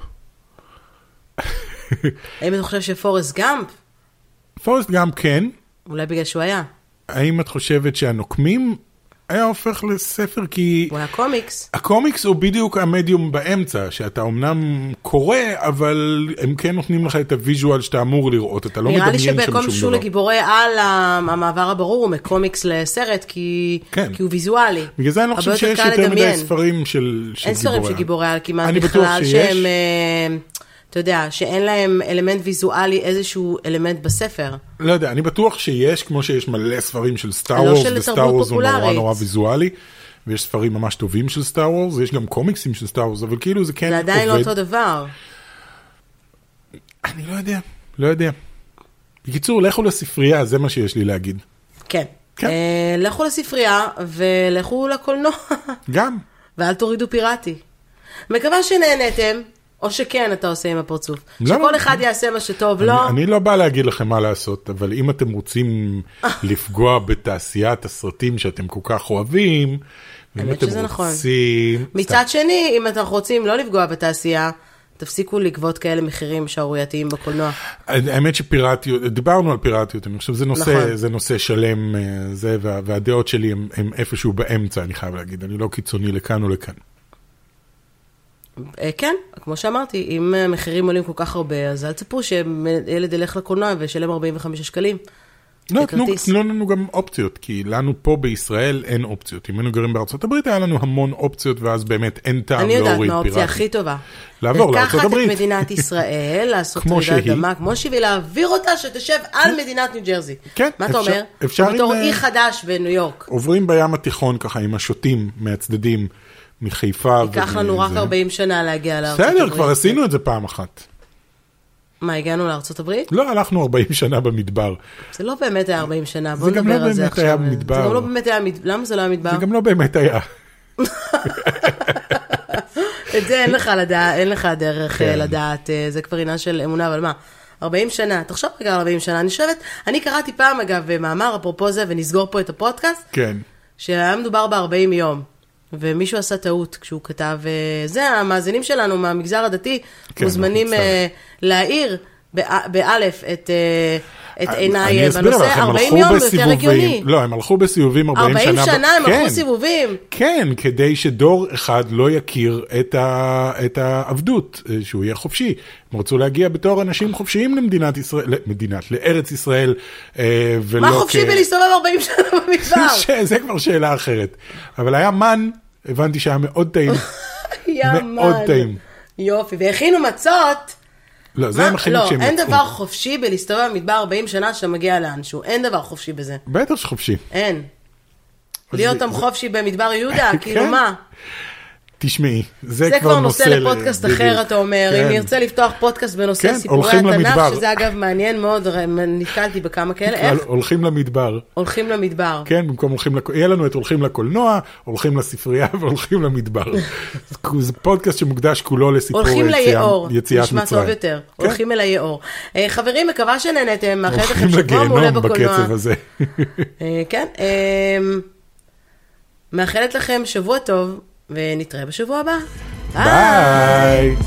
A: האם אתה חושב שפורסט גאמפ?
B: פורסט גאמפ כן.
A: אולי בגלל שהוא היה.
B: האם את חושבת שהנוקמים היה הופך לספר כי...
A: הוא היה קומיקס.
B: הקומיקס הוא בדיוק המדיום באמצע, שאתה אומנם קורא, אבל הם כן נותנים לך את הוויז'ואל שאתה אמור לראות, אתה לא מדמיין שם שום דבר.
A: נראה לי שבכל משהו לגיבורי על, המעבר הברור הוא מקומיקס לסרט, כי הוא ויזואלי.
B: בגלל זה אני לא חושב שיש יותר מדי ספרים של גיבורי על.
A: אין ספרים של גיבורי על כמעט בכלל, שהם, אתה יודע, שאין להם אלמנט ויזואלי, איזשהו אלמנט בספר.
B: לא יודע, אני בטוח שיש, כמו שיש מלא ספרים של סטאר וורס, וסטאר וורס הוא נורא ויזואלי, ויש ספרים ממש טובים של סטאר וורס, ויש גם קומיקסים של סטאר וורס, אבל כאילו זה כן
A: עובד. זה עדיין לא אותו דבר.
B: אני לא יודע. בקיצור, לכו לספרייה, זה מה שיש לי להגיד.
A: כן. לכו לספרייה, ולכו לקולנוע.
B: גם.
A: ואל תורידו פיראטי. מקווה שנהנתם. או שכן אתה עושה עם הפרצוף. שכל אחד יעשה מה שטוב, לא?
B: אני לא בא להגיד לכם מה לעשות, אבל אם אתם רוצים לפגוע בתעשיית הסרטים שאתם כל כך אוהבים, אם אתם רוצים...
A: מצד שני, אם אתם רוצים לא לפגוע בתעשייה, תפסיקו לגבות כאלה מחירים שערורייתיים בקולנוע.
B: האמת שפיראטיות, דיברנו על פיראטיות, אני חושב זה נושא שלם, והדעות שלי הם איפשהו באמצע, אני חייב להגיד, אני לא קיצוני לכאן או לכאן. כן,
A: כמו שאמרתי, אם המחירים עולים כל כך הרבה, אז אל תצפו שילד ילך לקולנוע וישלם 45 שקלים.
B: לא, תנו לנו גם אופציות, כי לנו פה בישראל אין אופציות. אם היינו גרים בארצות הברית, היה לנו המון אופציות, ואז באמת אין טעם להוריד פיראטים.
A: אני יודעת מה האופציה הכי טובה.
B: לעבור לארצות הברית.
A: לקחת את מדינת ישראל, לעשות רעידת אדמה, כמו שהיא, ולהעביר אותה שתשב על מדינת ניו ג'רזי.
B: כן,
A: מה אתה אומר? בתור אי חדש בניו יורק.
B: עוברים בים התיכון ככה עם השוטים מהצדדים, מחיפה.
A: ייקח לנו רק 40 שנה להגיע לארצות הברית.
B: בסדר, כבר עשינו את זה פעם אחת.
A: מה, הגענו לארצות הברית?
B: לא, הלכנו 40 שנה במדבר.
A: זה לא באמת היה 40 שנה, בוא נדבר על זה עכשיו.
B: זה גם לא באמת היה במדבר.
A: זה גם לא באמת היה, למה זה לא היה מדבר?
B: זה גם לא באמת היה.
A: את זה אין לך דרך לדעת, זה כבר עניין של אמונה, אבל מה? 40 שנה, תחשוב רגע על 40 שנה, אני קראתי פעם אגב מאמר אפרופו זה, ונסגור פה את הפודקאסט,
B: כן.
A: שהיה מדובר ב-40 יום. ומישהו עשה טעות כשהוא כתב, זה המאזינים שלנו מהמגזר הדתי, מוזמנים להעיר באלף את עיניי בנושא, 40 יום יותר הגיוני.
B: לא, הם הלכו בסיבובים 40 שנה.
A: 40 שנה הם הלכו סיבובים.
B: כן, כדי שדור אחד לא יכיר את העבדות, שהוא יהיה חופשי. הם רצו להגיע בתור אנשים חופשיים למדינת ישראל, לארץ ישראל,
A: מה חופשי בלהסתובב 40 שנה במדבר?
B: זה כבר שאלה אחרת. אבל היה מן, הבנתי שהיה מאוד טעים. מאוד טעים.
A: יופי, והכינו מצות.
B: לא, זה הם הכינו כשהם
A: יצאו. אין דבר חופשי בלהסתובב במדבר 40 שנה שאתה מגיע לאנשהו. אין דבר חופשי בזה.
B: בטח שחופשי.
A: אין. להיות עם חופשי במדבר יהודה, כאילו מה?
B: תשמעי, זה כבר נושא
A: לפודקאסט אחר, אתה אומר, אם נרצה לפתוח פודקאסט בנושא סיפורי התנ"ך, שזה אגב מעניין מאוד, נתקלתי בכמה כאלה, איך?
B: הולכים למדבר.
A: הולכים למדבר.
B: כן, במקום יהיה לנו את הולכים לקולנוע, הולכים לספרייה והולכים למדבר. זה פודקאסט שמוקדש כולו לסיפור יציאת מצרים.
A: נשמע טוב יותר, הולכים אל היאור. חברים, מקווה שנהנתם, מאחלת לכם שבוע מעולה
B: הולכים
A: בקולנוע.
B: לגיהנום בקצב הזה.
A: כן, מאחלת לכם שבוע טוב, ונתראה בשבוע הבא.
B: ביי.